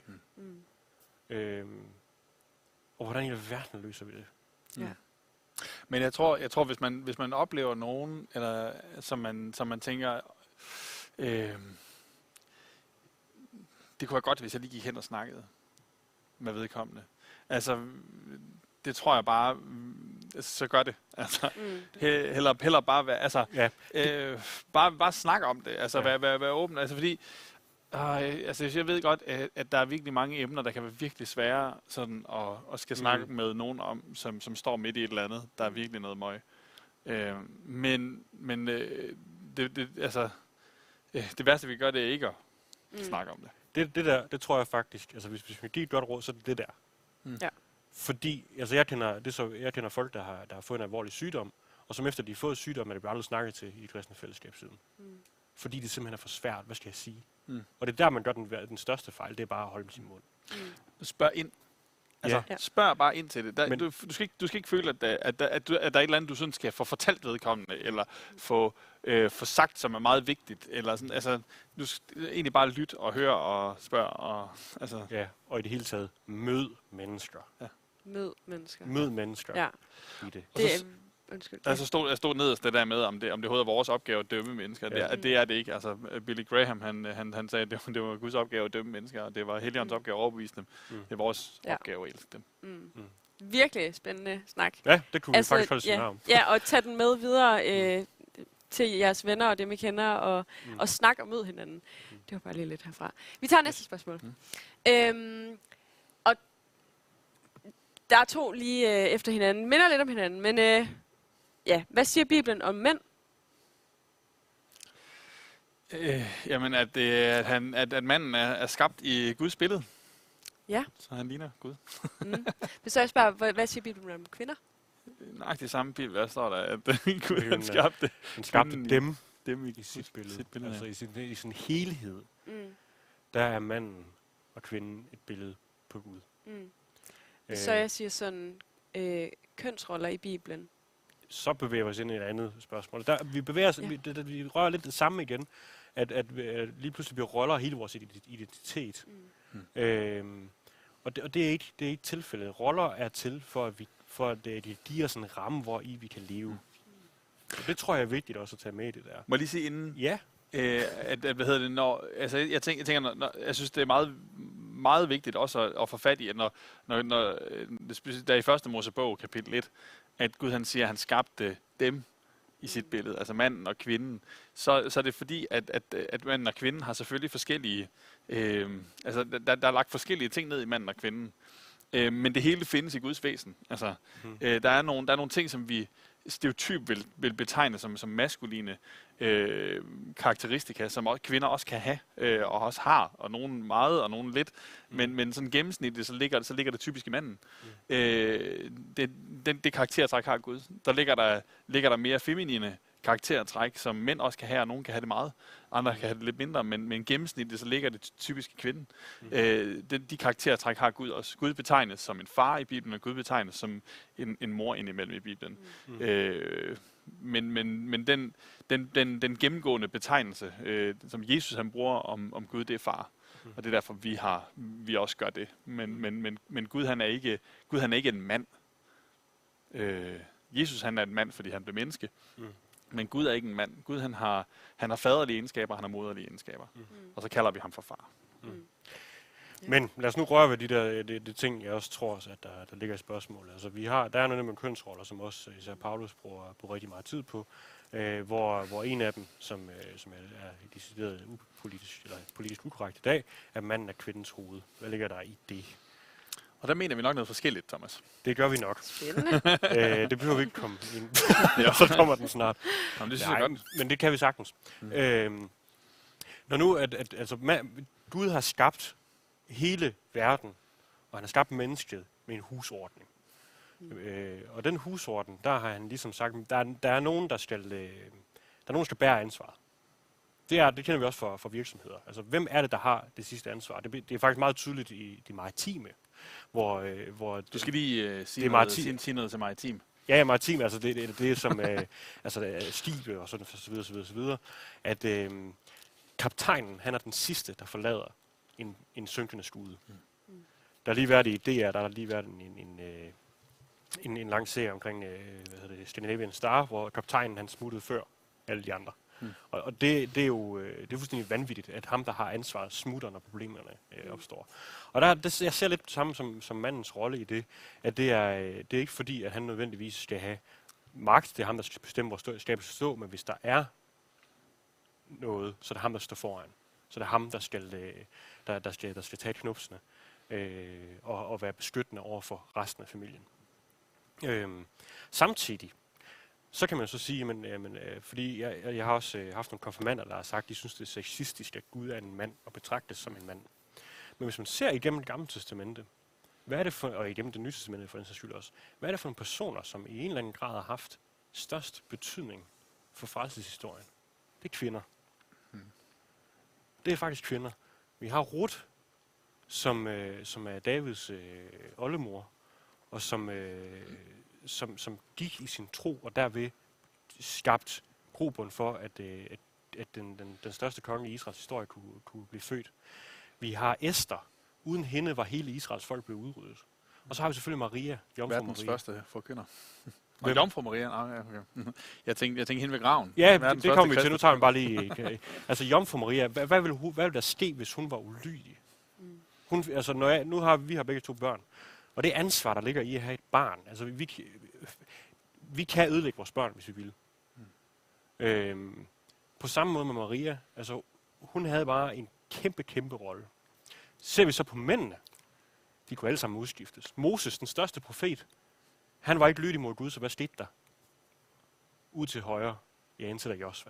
Speaker 3: Og hvordan i alverden løser vi det?
Speaker 1: Ja.
Speaker 2: Men jeg tror hvis man oplever nogen, eller som man tænker, det kunne være godt, hvis jeg lige gik hen og snakkede med vedkommende. Altså, det tror jeg bare, så gør det. Altså, hellere bare være, altså, bare snakke om det. Altså, være åben. Altså, fordi, jeg ved godt, at der er virkelig mange emner, der kan være virkelig svære sådan, og skal snakke med nogen om, som står midt i et eller andet. Der er virkelig noget møg. Det værste, vi gør, det er ikke at snakke om det.
Speaker 3: Det tror jeg faktisk, altså hvis vi giver et godt råd, så er det det der.
Speaker 1: Ja.
Speaker 3: Fordi, altså jeg kender folk, der har fået en alvorlig sygdom, og som efter de har fået sygdom, er det blevet aldrig snakket til i det kristne fællesskab siden. Fordi det simpelthen er for svært, hvad skal jeg sige? Og det er der, man gør den største fejl, det er bare at holde sin mund.
Speaker 2: Spørg ind. Altså, spørg bare ind til det. Du skal ikke føle, at der er et eller andet, du sådan skal få fortalt vedkommende, eller få sagt, som er meget vigtigt. Eller sådan, altså, du skal egentlig bare lytte og høre og spørge. Og, altså.
Speaker 3: Ja, og i det hele taget, mød mennesker. Ja.
Speaker 1: Mød mennesker.
Speaker 3: Mød mennesker
Speaker 1: ja.
Speaker 3: I det.
Speaker 1: Undskyld.
Speaker 2: Der stod nederst det der med, om det overhovedet er vores opgave at dømme mennesker. Det er det ikke. Altså, Billy Graham, han sagde, at det var Guds opgave at dømme mennesker, og det var Helligåndens opgave at overbevise dem. Det er vores opgave at elske dem.
Speaker 1: Virkelig spændende snak.
Speaker 3: Ja, det kunne vi faktisk holde sig om.
Speaker 1: Ja, og tage den med videre til jeres venner og dem, I kender, og snakke og møde hinanden. Det var bare lige lidt herfra. Vi tager næste spørgsmål. Og der er to lige efter hinanden. Minder lidt om hinanden, men hvad siger Bibelen om mænd?
Speaker 2: Jamen, at manden er skabt i Guds billede.
Speaker 1: Ja.
Speaker 2: Så han ligner Gud.
Speaker 1: Men så jeg spørger, hvad siger Bibelen om kvinder?
Speaker 2: Nej, det samme Bibel, der står der, at Gud han skabte.
Speaker 3: Han skabte dem
Speaker 2: i
Speaker 3: sit billede. Altså i sin helhed, der er manden og kvinden et billede på Gud.
Speaker 1: Så jeg siger sådan, kønsroller i Bibelen.
Speaker 3: Så bevæger vi os ind i et andet spørgsmål. Vi bevæger os, vi rører lidt det samme igen, at lige pludselig bliver roller hele vores identitet. Og det er ikke tilfældet. Roller er til for at de giver sådan en ramme, hvor vi kan leve. Og det tror jeg er vigtigt også at tage med i det der.
Speaker 2: Må jeg lige sige inden?
Speaker 3: Ja.
Speaker 2: Jeg tænker, jeg synes det er meget, meget vigtigt også at få fat i, at når der i første Mosebog, kapitel 1, at Gud han siger, at han skabte dem i sit billede, altså manden og kvinden, så er det fordi, at manden og kvinden har selvfølgelig forskellige, altså der er lagt forskellige ting ned i manden og kvinden, men det hele findes i Guds væsen. Altså, der er nogle ting, som vi stereotyp vil betegne som maskuline karakteristika, som kvinder også kan have, og også har, og nogen meget, og nogen lidt, men sådan gennemsnitligt, så ligger det typisk i manden. Det karaktertræk har Gud. Der ligger der mere feminine karaktertræk, som mænd også kan have, og nogen kan have det meget, andre kan have det lidt mindre, men gennemsnitligt, så ligger det typisk i kvinden. De karaktertræk har Gud også. Gud betegnes som en far i Bibelen, og Gud betegnes som en mor indimellem i Bibelen. Men den gennemgående betegnelse, som Jesus han bruger om Gud, det er far. Og det er derfor, vi også gør det. Men Gud han er ikke en mand. Jesus han er en mand, fordi han blev menneske. Men Gud er ikke en mand. Gud han har faderlige egenskaber, han har moderlige egenskaber. Og så kalder vi ham for far.
Speaker 3: Men lad os nu røre ved de ting, jeg også tror, at der ligger i spørgsmålet. Altså, der er noget med kønsroller, som også især Paulus bruger rigtig meget tid på, hvor en af dem, som er decideret politisk ukorrekt i dag, er manden af kvindens hoved. Hvad ligger der i det?
Speaker 2: Og der mener vi nok noget forskelligt, Thomas.
Speaker 3: Det gør vi nok.
Speaker 1: Spændende.
Speaker 3: Det behøver vi ikke komme ind. Ja, så kommer den snart.
Speaker 2: Jamen, det synes jeg godt.
Speaker 3: Men det kan vi sagtens. Når nu, Gud har skabt hele verden, og han har skabt mennesket med en husordning. Og den husorden, der har han ligesom sagt, der er nogen, der skal bære ansvaret. Det kender vi også for virksomheder. Altså, hvem er det, der har det sidste ansvar? Det er faktisk meget tydeligt i de maritime, hvor
Speaker 2: du skal lige sige noget til maritim.
Speaker 3: Ja, maritim, altså det er som skibe og så videre, at kaptajnen, han er den sidste, der forlader en synkende skude. Der har lige været i DR, der har lige været en lang serie omkring Scandinavian Star, hvor kaptajnen han smuttede før alle de andre. Og det er jo fuldstændig vanvittigt, at ham, der har ansvaret, smutter, når problemerne opstår. Og jeg ser lidt samme som mandens rolle i det, at det er ikke fordi, at han nødvendigvis skal have magt, det er ham, der skal bestemme, hvor skabet skal stå, men hvis der er noget, så er det ham, der står foran. Så det er ham, der skal tage knupsene og være beskyttende over for resten af familien. Samtidig, så kan man så sige, fordi jeg har også haft nogle konfirmander, der har sagt, at de synes, det er sexistisk, at Gud er en mand og betragtes som en mand. Men hvis man ser igennem det gamle testamente, hvad er det for, og igennem det nye testamente for den sags skyld også, hvad er det for nogle personer, som i en eller anden grad har haft størst betydning for frelseshistorien? Det er kvinder. Det er faktisk kvinder. Vi har Ruth, som er Davids oldemor, og som gik i sin tro, og derved skabt grobund for, at den største konge i Israels historie kunne blive født. Vi har Esther. Uden hende var hele Israels folk blevet udryddet. Og så har vi selvfølgelig Maria, jomfru Maria.
Speaker 2: Verdens første forkynder. Og jomfru Maria? Okay. Jeg tænkte hende ved graven.
Speaker 3: Ja, det kommer vi til. Nu tager vi bare lige... altså jomfru Maria, hvad vil der ske, hvis hun var ulydig? Vi har begge to børn. Og det ansvar, der ligger i at have et barn. Altså, vi kan ødelægge vores børn, hvis vi vil. På samme måde med Maria, altså, hun havde bare en kæmpe rolle. Ser vi så på mændene, de kunne alle sammen udskiftes. Moses, den største profet, han var ikke lydig mod Gud, så hvad skete der? Ud til højre, indtil der Josva.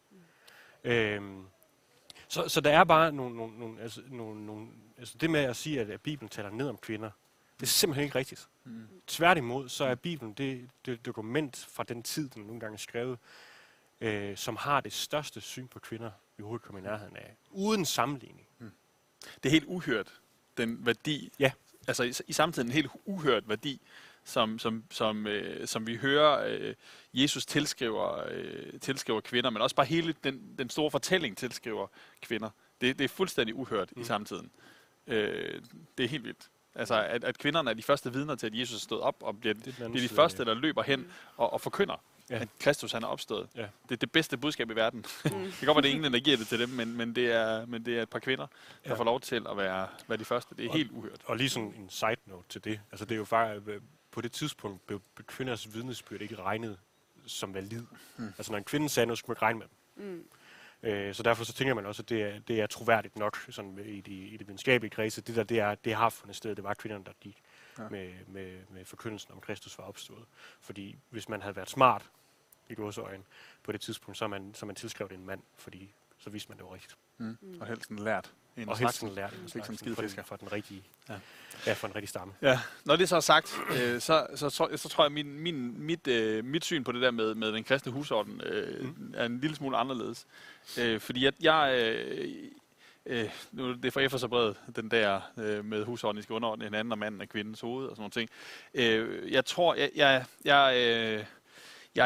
Speaker 3: Så der er bare nogle det med at sige, at Bibelen taler ned om kvinder, det er simpelthen ikke rigtigt. Tværtimod, så er Bibelen det dokument fra den tid, den nogle gange er skrevet, som har det største syn på kvinder, vi overhovedet kommer i nærheden af. Uden sammenligning.
Speaker 2: Det er helt uhørt, den værdi.
Speaker 3: Ja.
Speaker 2: Altså i samtiden en helt uhørt værdi, som vi hører Jesus tilskriver kvinder, men også bare hele den store fortælling tilskriver kvinder. Det er fuldstændig uhørt i samtiden. Det er helt vildt. Altså, at kvinderne er de første vidner til, at Jesus er stået op, og bliver de første, der løber hen og forkynder, at Kristus han er opstået. Ja. Det er det bedste budskab i verden. Det kan godt være, det er ingen, der giver det til dem, men det er et par kvinder, der får lov til at være de første. Det er helt uhørt.
Speaker 3: Og lige sådan en side note til det. Altså, det er jo faktisk, på det tidspunkt blev kvinders vidnesbyrd ikke regnet som valid. Altså når en kvinde sagde noget, skulle man ikke regne med dem. Så derfor så tænker man også, at det er troværdigt nok sådan i de videnskabelige kredse. Det har fundet sted. Det var kvinderne, der gik med forkyndelsen om Kristus var opstået. Fordi hvis man havde været smart i gåseøjne på det tidspunkt, så er man tilskrevet en mand, fordi så vidste man, det var rigtigt.
Speaker 2: Og helst en lært.
Speaker 3: Og helst sådan lært for den rigtige, for en rigtig stamme.
Speaker 2: Ja, når det så er sagt, så tror jeg, mit syn på det der med den kristne husorden er en lille smule anderledes. Fordi nu er det for Efeserbrevet, den der med husorden, I skal underordne hinanden og manden og kvindens hoved og sådan nogle ting. Jeg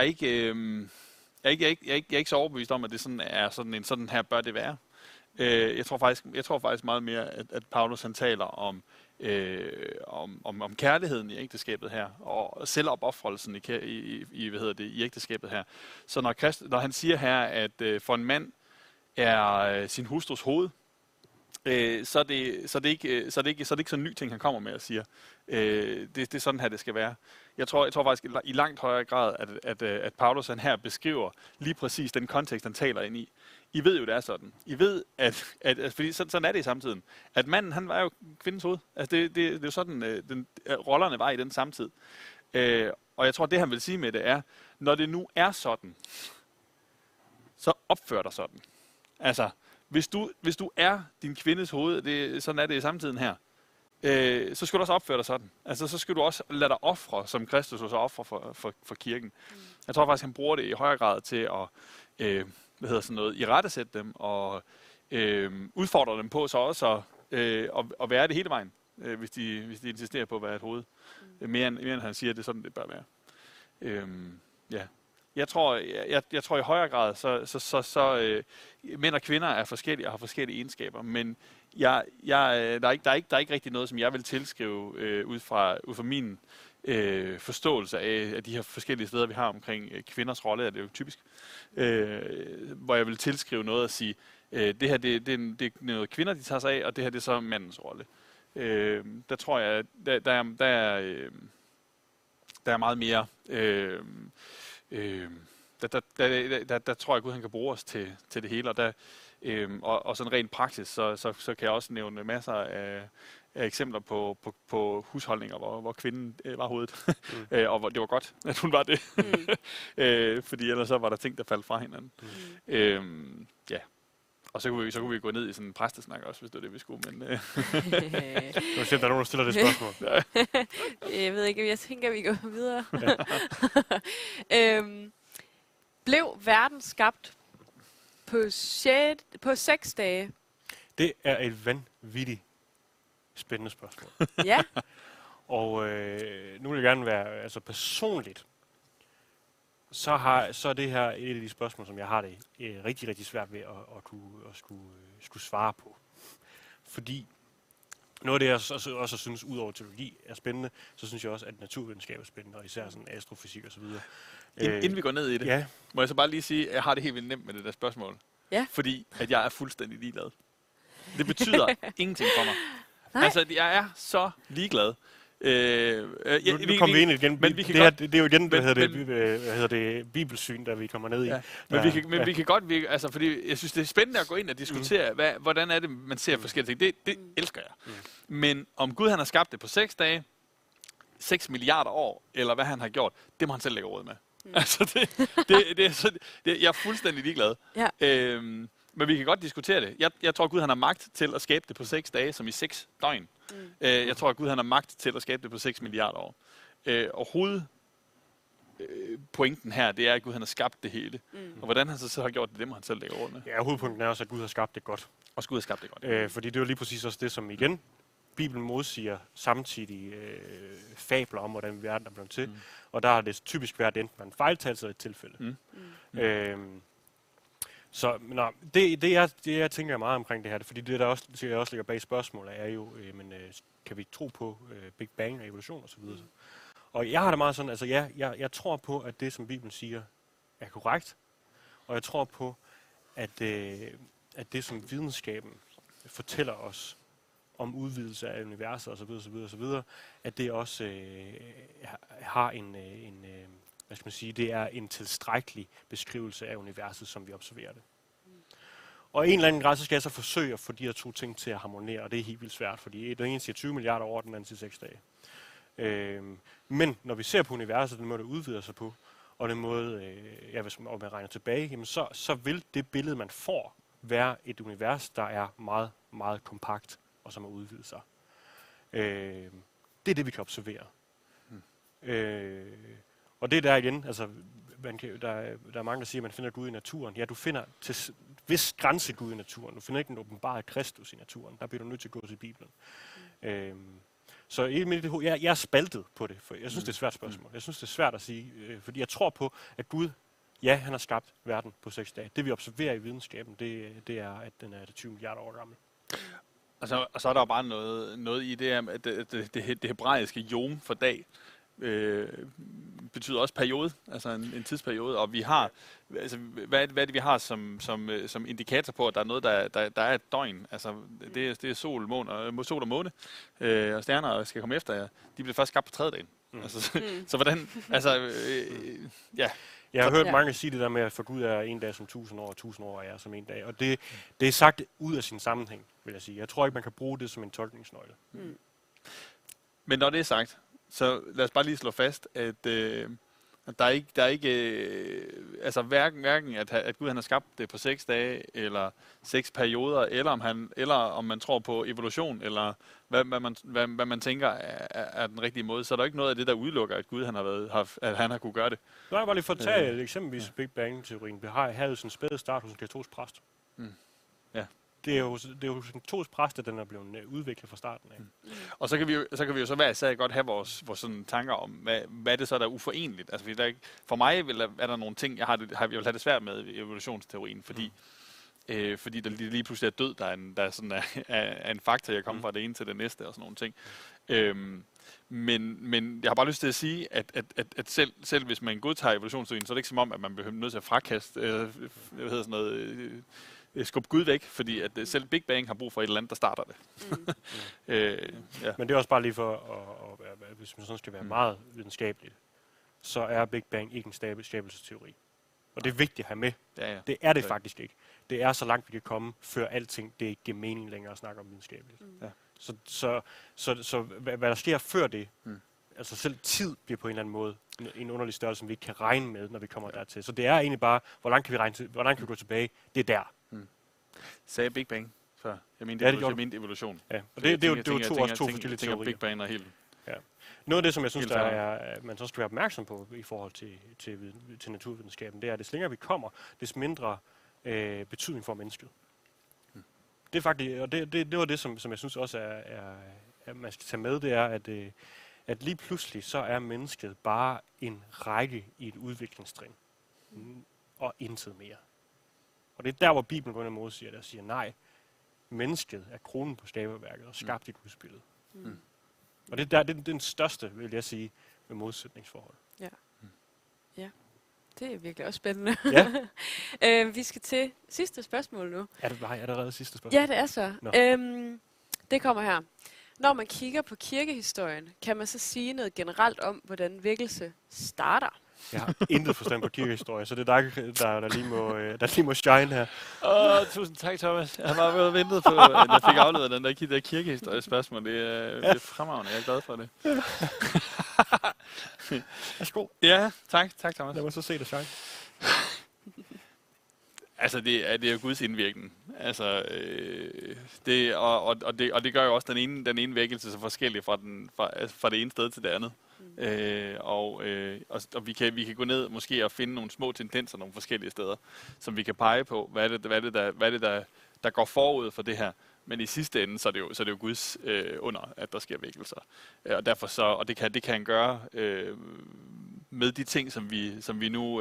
Speaker 2: er ikke så overbevist om, at det er sådan her bør det være. Jeg tror faktisk meget mere, at Paulus han taler om kærligheden i ægteskabet her, og selvopofrelsen i ægteskabet her. Så når han siger her, at for en mand er sin hustrus hoved, så er det ikke så en ny ting, han kommer med og siger. Det er sådan her, det skal være. Jeg tror faktisk i langt højere grad, at Paulus han her beskriver lige præcis den kontekst, han taler ind i. I ved jo, det er sådan. I ved, at fordi sådan er det i samtiden. At manden, han var jo kvindens hoved. Altså det er jo sådan, rollerne var i den samtid. Og jeg tror, det han vil sige med det er, når det nu er sådan, så opfør dig sådan. Altså, hvis du er din kvindes hoved, sådan er det i samtiden her, så skal du også opføre dig sådan. Altså, så skal du også lade dig ofre, som Kristus også ofre for kirken. Jeg tror faktisk, han bruger det i højere grad til at irettesætte dem og udfordre dem på så også at være det hele vejen, hvis de insisterer på at være et hoved. Mere end han siger, at det er sådan, det bør være. Jeg tror i højere grad, så mænd og kvinder er forskellige og har forskellige egenskaber, men der er ikke rigtig noget, som jeg vil tilskrive ud fra min forståelse af de her forskellige steder, vi har omkring kvinders rolle, er det jo typisk, hvor jeg vil tilskrive noget og sige, det her det er noget kvinder, de tager sig af, og det her det er så mandens rolle. Der tror jeg, der er meget mere... Der tror jeg, Gud han kan bruge os til det hele, og sådan rent praksis, så kan jeg også nævne masser af eksempler på husholdninger, hvor kvinden var hovedet, og hvor det var godt, at hun var det, fordi ellers så var der ting, der faldt fra hinanden. Og så kunne vi gå ned i sådan en præstesnak også, hvis det var det, vi skulle. Men
Speaker 3: nu ser der er nogen, der stiller det spørgsmål.
Speaker 1: Jeg ved ikke, jeg tænker, vi går videre. Blev verden skabt på 6 dage?
Speaker 3: Det er et vanvittigt spændende spørgsmål.
Speaker 1: Ja.
Speaker 3: Og nu vil jeg gerne være, altså personligt, så er det her et af de spørgsmål, som jeg har det rigtig, rigtig svært ved at skulle svare på. Fordi noget af det, jeg også synes, ud over teologi er spændende, så synes jeg også, at naturvidenskab er spændende, og især sådan astrofysik og så videre.
Speaker 2: Inden vi går ned i det, må jeg så bare lige sige, at jeg har det helt vildt nemt med det der spørgsmål.
Speaker 1: Ja.
Speaker 2: Fordi at jeg er fuldstændig ligeglad. Det betyder ingenting for mig.
Speaker 1: Nej.
Speaker 2: Altså, jeg er så ligeglad.
Speaker 3: Nu kommer vi ind igen. Men det er jo igen, det bibelsyn, der vi kommer ned i.
Speaker 2: Ja. Men vi kan godt virke, altså fordi jeg synes, det er spændende at gå ind og diskutere, hvordan er det, man ser forskellige ting. Det elsker jeg. Men om Gud han har skabt det på 6 dage, 6 milliarder år, eller hvad han har gjort, det må han selv lægge råd med. Altså, jeg er fuldstændig ligeglad.
Speaker 1: Ja.
Speaker 2: Men vi kan godt diskutere det. Jeg tror, Gud han har magt til at skabe det på 6 dage, som i 6 døgn. Jeg tror, at Gud han har magt til at skabe det på 6 milliarder år. Og hovedpointen her, det er, at Gud han har skabt det hele. Og hvordan han så har gjort det, det må han selv lægge råd med.
Speaker 3: Ja, hovedpunkten er også, at Gud har skabt det godt.
Speaker 2: Og Gud har skabt det godt.
Speaker 3: Fordi det er jo lige præcis også det, som igen, Bibelen modsiger samtidig fabler om, hvordan verden er blevet til. Og der har det typisk været enten en fejltagelse eller et tilfælde. Så det jeg tænker meget omkring det her, fordi det der også, jeg også ligger bag spørgsmålet, er jo, kan vi tro på Big Bang og evolution og så videre. Og jeg har det meget sådan, altså jeg tror på, at det som Bibelen siger er korrekt, og jeg tror på, at det som videnskaben fortæller os om udvidelse af universet og så videre, at det også har hvad skal man sige, det er en tilstrækkelig beskrivelse af universet, som vi observerer det. Og i en eller anden grad, så skal jeg så forsøge at få de her to ting til at harmonere, og det er helt vildt svært, fordi den ene siger 20 milliarder år, den anden siger 6 dage. Men når vi ser på universet, den måde, det udvider sig på, og den måde, hvis man regner tilbage, jamen så vil det billede, man får, være et univers, der er meget, meget kompakt, og som har udvidet sig. Det er det, vi kan observere. Og det er der igen, altså, der er mange, der siger, at man finder Gud i naturen. Ja, du finder til vis grænse Gud i naturen. Du finder ikke den åbenbare Kristus i naturen. Der bliver du nødt til at gå til Bibelen. Så jeg er spaltet på det, for jeg synes, det er et svært spørgsmål. Jeg synes, det er svært at sige, fordi jeg tror på, at Gud, ja, han har skabt verden på 6 dage. Det vi observerer i videnskaben, det er, at den er 20 milliarder år gammel.
Speaker 2: Og så er der jo bare noget i det, at det hebraiske yom for dag betyder også periode, altså en tidsperiode, og vi har, altså hvad er det vi har som indikator på, at der er noget, der er et døgn, altså det er sol og måne, og stjerner skal komme efter jer, de bliver først skabt på 3. dagen. Altså, så hvordan, altså, ja.
Speaker 3: Jeg har hørt mange sige det der med, at for Gud er en dag som 1000 år, og 1000 år er som en dag, og det er sagt ud af sin sammenhæng, vil jeg sige. Jeg tror ikke, man kan bruge det som en tolkningsnøgle.
Speaker 2: Men når det er sagt, så lad os bare lige slå fast, at der er ikke altså hverken at Gud han har skabt det på 6 dage, eller 6 perioder, eller om man tror på evolution, eller hvad man tænker er den rigtige måde. Så er der ikke noget af det, der udelukker, at Gud han har kunne gøre det.
Speaker 3: Nu er bare lige for at tage eksempelvis Big Bang-teorien. Vi havde jo sådan en spæde start hos en katolsk præst.
Speaker 2: Ja.
Speaker 3: Det er jo en katolsk præst, at den er blevet udviklet fra starten af.
Speaker 2: Og så kan vi jo så hver især godt have vores sådan tanker om, hvad det så der er uforeneligt. Altså, for mig er der nogle ting, jeg vil have det svært med i evolutionsteorien, fordi der lige pludselig er død, der sådan er en faktor, jeg kommer fra det ene til det næste og sådan nogle ting. Men jeg har bare lyst til at sige, at selv hvis man godtager evolutionsteorien, så er det ikke som om, at man behøver nødt til at frakaste, skubbe Gud væk, fordi at selv Big Bang har brug for et eller andet, der starter det.
Speaker 3: Ja. Men det er også bare lige for, hvis man sådan skal være meget videnskabelig, så er Big Bang ikke en skabelsesteori. Og det er vigtigt at have med.
Speaker 2: Ja.
Speaker 3: Det er det faktisk ikke. Det er så langt vi kan komme, før alting det ikke giver mening længere at snakke om videnskabeligt.
Speaker 2: Ja.
Speaker 3: Så hvad der sker før det, altså selv tid bliver på en eller anden måde en underlig størrelse, som vi ikke kan regne med, når vi kommer dertil. Så det er egentlig bare, hvor langt kan vi gå tilbage? Det er der.
Speaker 2: Sagde Big Bang før. Jeg mente evolution.
Speaker 3: Ja, og det er jo to forskellige teorier.
Speaker 2: Big Bang er helt...
Speaker 3: Ja. Noget af det, som jeg synes, man så skal være opmærksom på i forhold til naturvidenskaben, det er, at des længere vi kommer, des mindre betydning for mennesket. Det er faktisk, og det var det, som jeg synes også er man skal tage med, det er, at lige pludselig så er mennesket bare en række i et udviklingstrin. Og intet mere. Og det er der, hvor Bibelen går ind og modsiger det og siger, nej, mennesket er kronen på skaberværket og skabt i Guds billede. Og det er den største, vil jeg sige, med modsætningsforhold.
Speaker 1: Ja, det er virkelig også spændende.
Speaker 3: Ja.
Speaker 1: Vi skal til sidste spørgsmål nu.
Speaker 3: Er det allerede sidste spørgsmål?
Speaker 1: Ja, det er så. Det kommer her. Når man kigger på kirkehistorien, kan man så sige noget generelt om, hvordan vækkelse starter?
Speaker 3: Jeg har intet forstand på kirkehistorie, så det er dig, der lige må shine her.
Speaker 2: Tusind tak, Thomas. Jeg har bare været ventet på, at jeg fik afleveret den der kirkehistorie-spørgsmål. Det er fremragende. Jeg er glad for det.
Speaker 3: Værsgo.
Speaker 2: Ja, tak, Thomas.
Speaker 3: Lad mig så se dig shine.
Speaker 2: Altså, det er jo Guds indvirkning. Altså, det gør jo også den ene vækkelse så forskellig fra det ene sted til det andet. Og vi kan gå ned måske og finde nogle små tendenser nogle forskellige steder, som vi kan pege på, hvad er det der går forud for det her. Men i sidste ende, så er det jo Guds under, at der sker vækkelser. Og derfor så, og det kan han gøre med de ting, som vi nu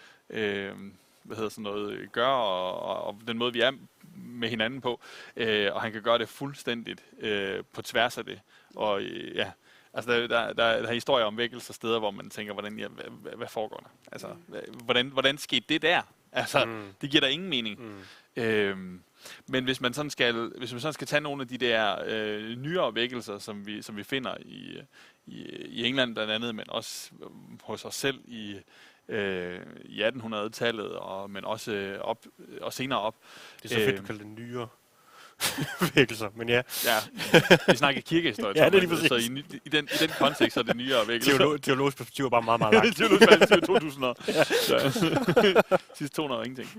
Speaker 2: gør, og den måde, vi er med hinanden på. Og han kan gøre det fuldstændigt på tværs af det. Og altså, der er historier om vækkelser steder, hvor man tænker, hvad foregår der? Altså, hvordan skete det der? Altså, det giver da ingen mening. Men hvis man sådan skal tage nogle af de der nyere vækkelser, som vi finder i England blandt andet, men også hos os selv i 1800-tallet, men også og senere op.
Speaker 3: Det er så fedt, du kalder det nyere vækkelser, men ja.
Speaker 2: Ja, vi snakker kirkehistorie,
Speaker 3: ja, det er lige præcis.
Speaker 2: så i den kontekst er det nyere vækkelser.
Speaker 3: Teologisk perspektiv er bare meget, meget langt.
Speaker 2: Teologisk perspektiv 2000 år. Sidste 200 år ingenting.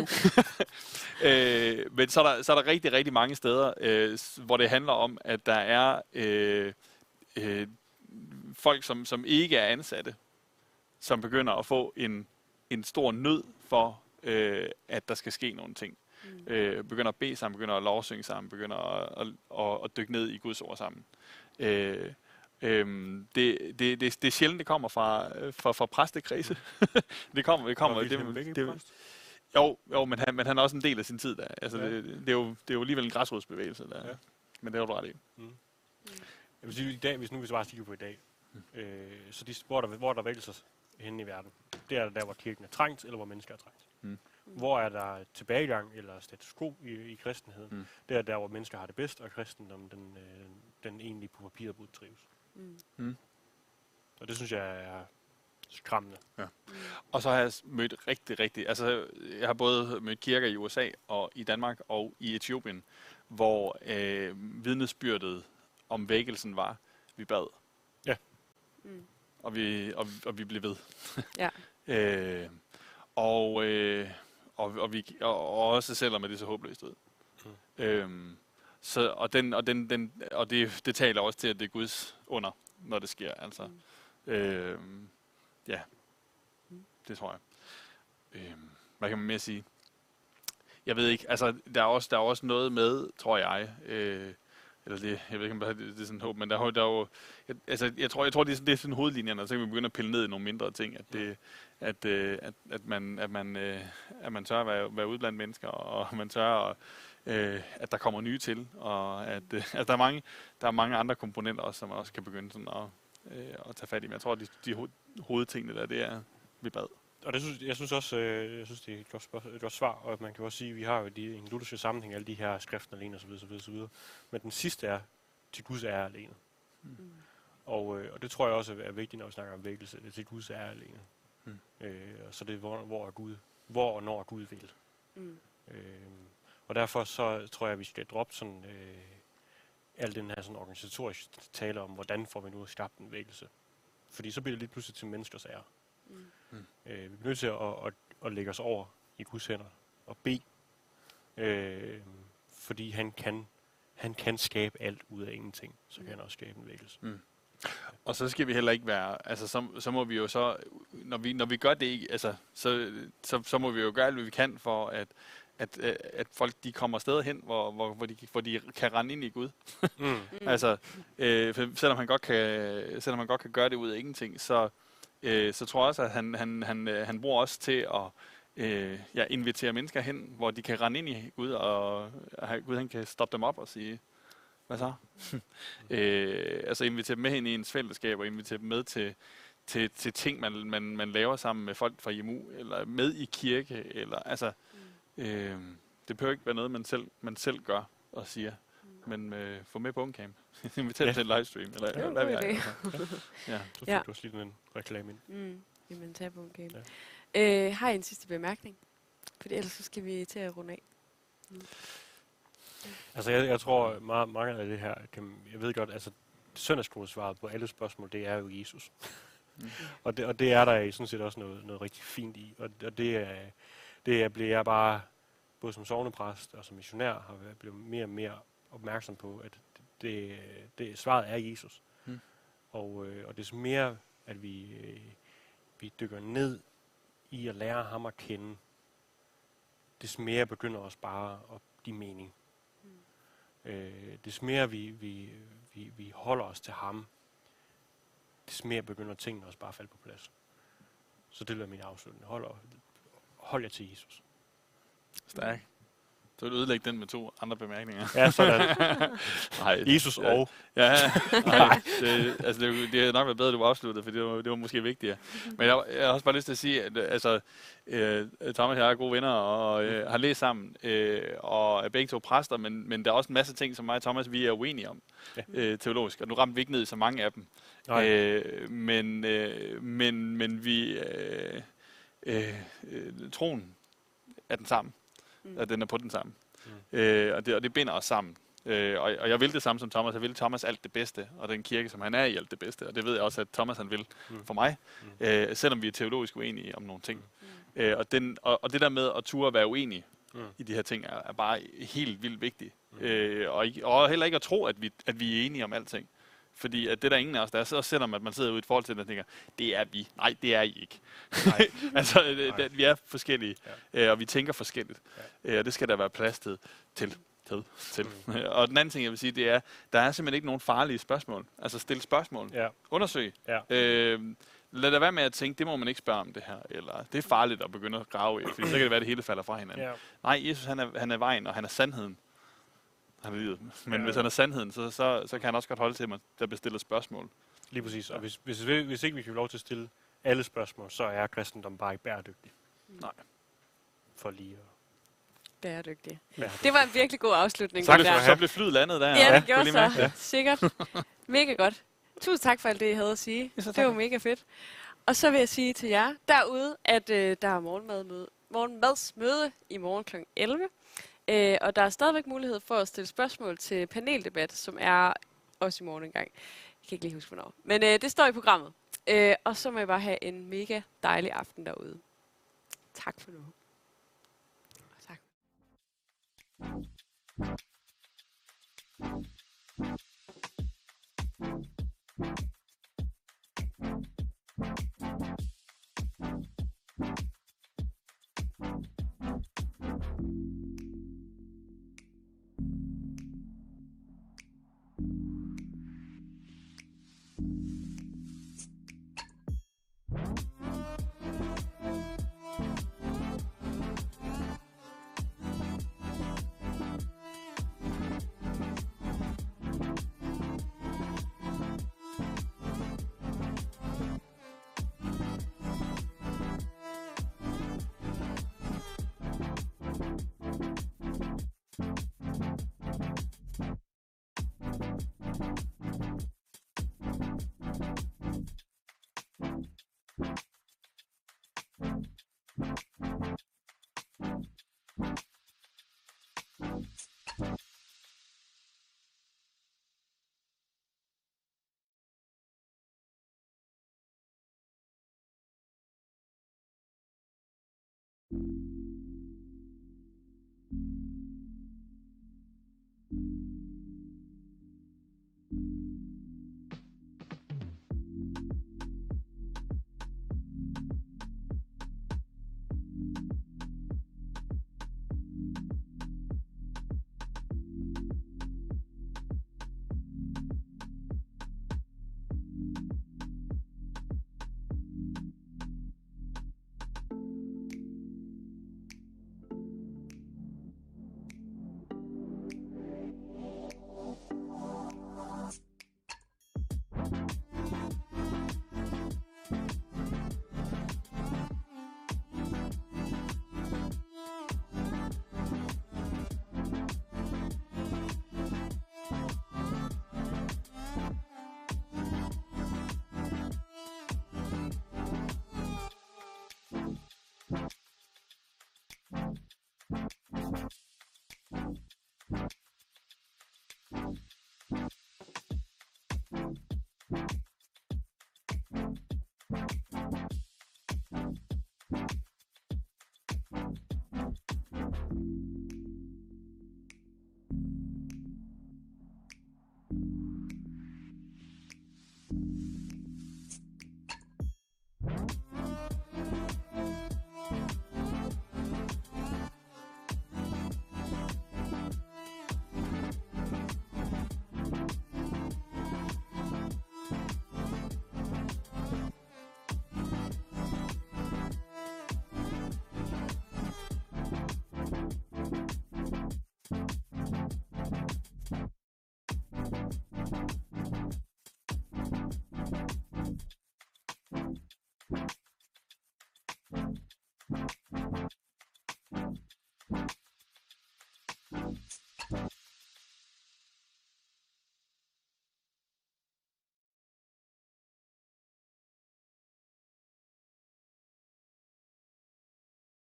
Speaker 2: Men så er der rigtig, rigtig mange steder, hvor det handler om, at der er folk, som ikke er ansatte, som begynder at få en stor nød for, at der skal ske nogle ting. Begynder at bede sammen, begynder at lovsynge sammen, begynder at dykke ned i Guds ord sammen. Det er sjældent, det kommer fra præstekredse. det kommer. Jo, men han er også en del af sin tid der. Altså, ja. Det er jo alligevel en græsrodsbevægelse der. Ja. Men det er jo ret i.
Speaker 3: Jeg vil sige, i dag, hvis vi bare kigger på i dag, så hvor der vækkelser henne i verden, det er der, hvor kirken er trængt, eller hvor mennesker er trængt. Hvor er der tilbagegang eller status quo i kristenheden? Det er der, hvor mennesker har det bedst, og kristendommen den egentlig på papiret burde trives. Og det synes jeg er skræmmende. Ja.
Speaker 2: Og så har jeg mødt altså jeg har både mødt kirker i USA og i Danmark og i Etiopien, hvor vidnesbyrdet om vækkelsen var, vi bad.
Speaker 3: Ja.
Speaker 2: Og vi blev ved.
Speaker 3: Ja.
Speaker 2: Og også selvom det er så håbløst ud. Det taler også til, at det er Guds under, når det sker. Altså. Ja, det tror jeg. Hvad kan man mere sige? Jeg ved ikke, altså der er også noget med, tror jeg, eller det, jeg ved ikke, om det er sådan håb, men der er jo, altså jeg tror det er sådan hovedlinjerne, og så kan vi begynde at pille ned i nogle mindre ting, at man tør at være ude blandt mennesker, og man tør at der kommer nye til, og at der er mange andre komponenter også, som man også kan begynde sådan at tage fat i. Men jeg tror, at de hovedtingene der, det er, vi bad.
Speaker 3: Og jeg synes også, det er et godt svar, og man kan også sige, at vi har jo i en lutherske sammenhæng alle de her skriften alene osv. Men den sidste er, til Guds ære alene. Og det tror jeg også er vigtigt, når vi snakker om vækkelse, det er til Guds ære alene. Så det er, hvor og når Gud vil. Og derfor så tror jeg, at vi skal droppe sådan al den her sådan organisatorisk tale om, hvordan får vi nu skabt en vækkelse. Fordi så bliver det lige pludselig til menneskers ære. Vi er nødt til at lægge os over i Guds hænder og bede, fordi han kan skabe alt ud af ingenting, så kan han også skabe en vækkelse.
Speaker 2: Og så skal vi heller ikke være, altså så må vi jo så, når vi gør det, altså så må vi jo gøre alt, hvad vi kan for at folk de kommer steder hen, hvor de kan rende ind i Gud. Altså selvom han godt kan gøre det ud af ingenting, så tror jeg også, at han bruger os til at invitere mennesker hen, hvor de kan rende ind i Gud, og Gud han kan stoppe dem op og sige, hvad så? Altså invitere dem med hen i ens fællesskab, og invitere dem med til ting, man laver sammen med folk fra IMU, eller med i kirke, eller altså, det behøver ikke være noget, man selv gør og siger, men få med på Ungcamp. Inviter dem til en livestream, eller hvad ved jeg.
Speaker 3: Ja, så fik du også lige en reklame ind.
Speaker 1: Jamen, tag på Ungcamp. Ja. Har I en sidste bemærkning? For ellers så skal vi til at runde af.
Speaker 3: Altså, jeg tror, mange af det her, jeg ved godt, altså, søndagsskolesvaret på alle spørgsmål, det er jo Jesus. Og det er der sådan set også noget rigtig fint i. Og det bliver jeg bare, både som sognepræst og som missionær, har blevet mere og mere opmærksom på, at det svaret er Jesus. Og det er mere, at vi dykker ned i at lære ham at kende, des mere begynder os bare at give mening. Des mere vi holder os til ham, des mere begynder tingene også bare at falde på plads. Så det er min afslutning. Hold jer til Jesus.
Speaker 2: Stærk. Så vil du ødelægge den med 2 andre bemærkninger.
Speaker 3: Ja, sådan.
Speaker 2: Nej,
Speaker 3: Jesus og.
Speaker 2: Ja, nej, det har nok været bedre, at du var afsluttet, for det var måske vigtigere. Men jeg har også bare lyst til at sige, at Thomas og jeg er gode venner og har læst sammen, og er begge 2 præster, men der er også en masse ting, som mig og Thomas, vi er uenige om teologisk, og nu ramte vi ikke ned i så mange af dem. Men vi troen er den samme, at den er på den samme. Og det binder os sammen. Og jeg vil det samme som Thomas. Jeg vil Thomas alt det bedste, og den kirke, som han er i alt det bedste. Og det ved jeg også, at Thomas han vil for mig, selvom vi er teologisk uenige om nogle ting. Og det der med at turde være uenige i de her ting, er bare helt vildt vigtigt. Og heller ikke at tro, at vi er enige om alting. Fordi at det der ingen af os, der er, så selvom at man sidder ude i et forhold til det og tænker, det er vi. Nej, det er I ikke. Vi er forskellige, og vi tænker forskelligt. Og det skal der være plads til. Og den anden ting, jeg vil sige, det er, der er simpelthen ikke nogen farlige spørgsmål. Altså stil spørgsmål. Undersøg. Lad da være med at tænke, det må man ikke spørge om det her. Eller det er farligt at begynde at grave i, fordi så kan det være, at det hele falder fra hinanden. Nej, Jesus han er vejen, og han er sandheden. Han er livet. Men hvis han er sandheden, så kan han også godt holde til, at man der bestiller spørgsmål.
Speaker 3: Lige præcis. Og hvis ikke vi kan få lov til at stille alle spørgsmål, så er kristendom bare ikke bæredygtig.
Speaker 2: Nej.
Speaker 1: For lige at... Bæredygtig. Det var en virkelig god afslutning.
Speaker 2: Så blev flyet landet der.
Speaker 1: Ja, det gjorde så. Ja. Sikkert. Mega godt. Tusind tak for alt det, I havde at sige. Det var mega fedt. Og så vil jeg sige til jer derude, at der er morgenmadsmøde i morgen kl. 11. Og der er stadigvæk mulighed for at stille spørgsmål til paneldebat, som er også i morgen engang. Jeg kan ikke lige huske, hvornår. Men det står i programmet. Og så må jeg bare have en mega dejlig aften derude. Tak for nu. Tak.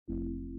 Speaker 3: det.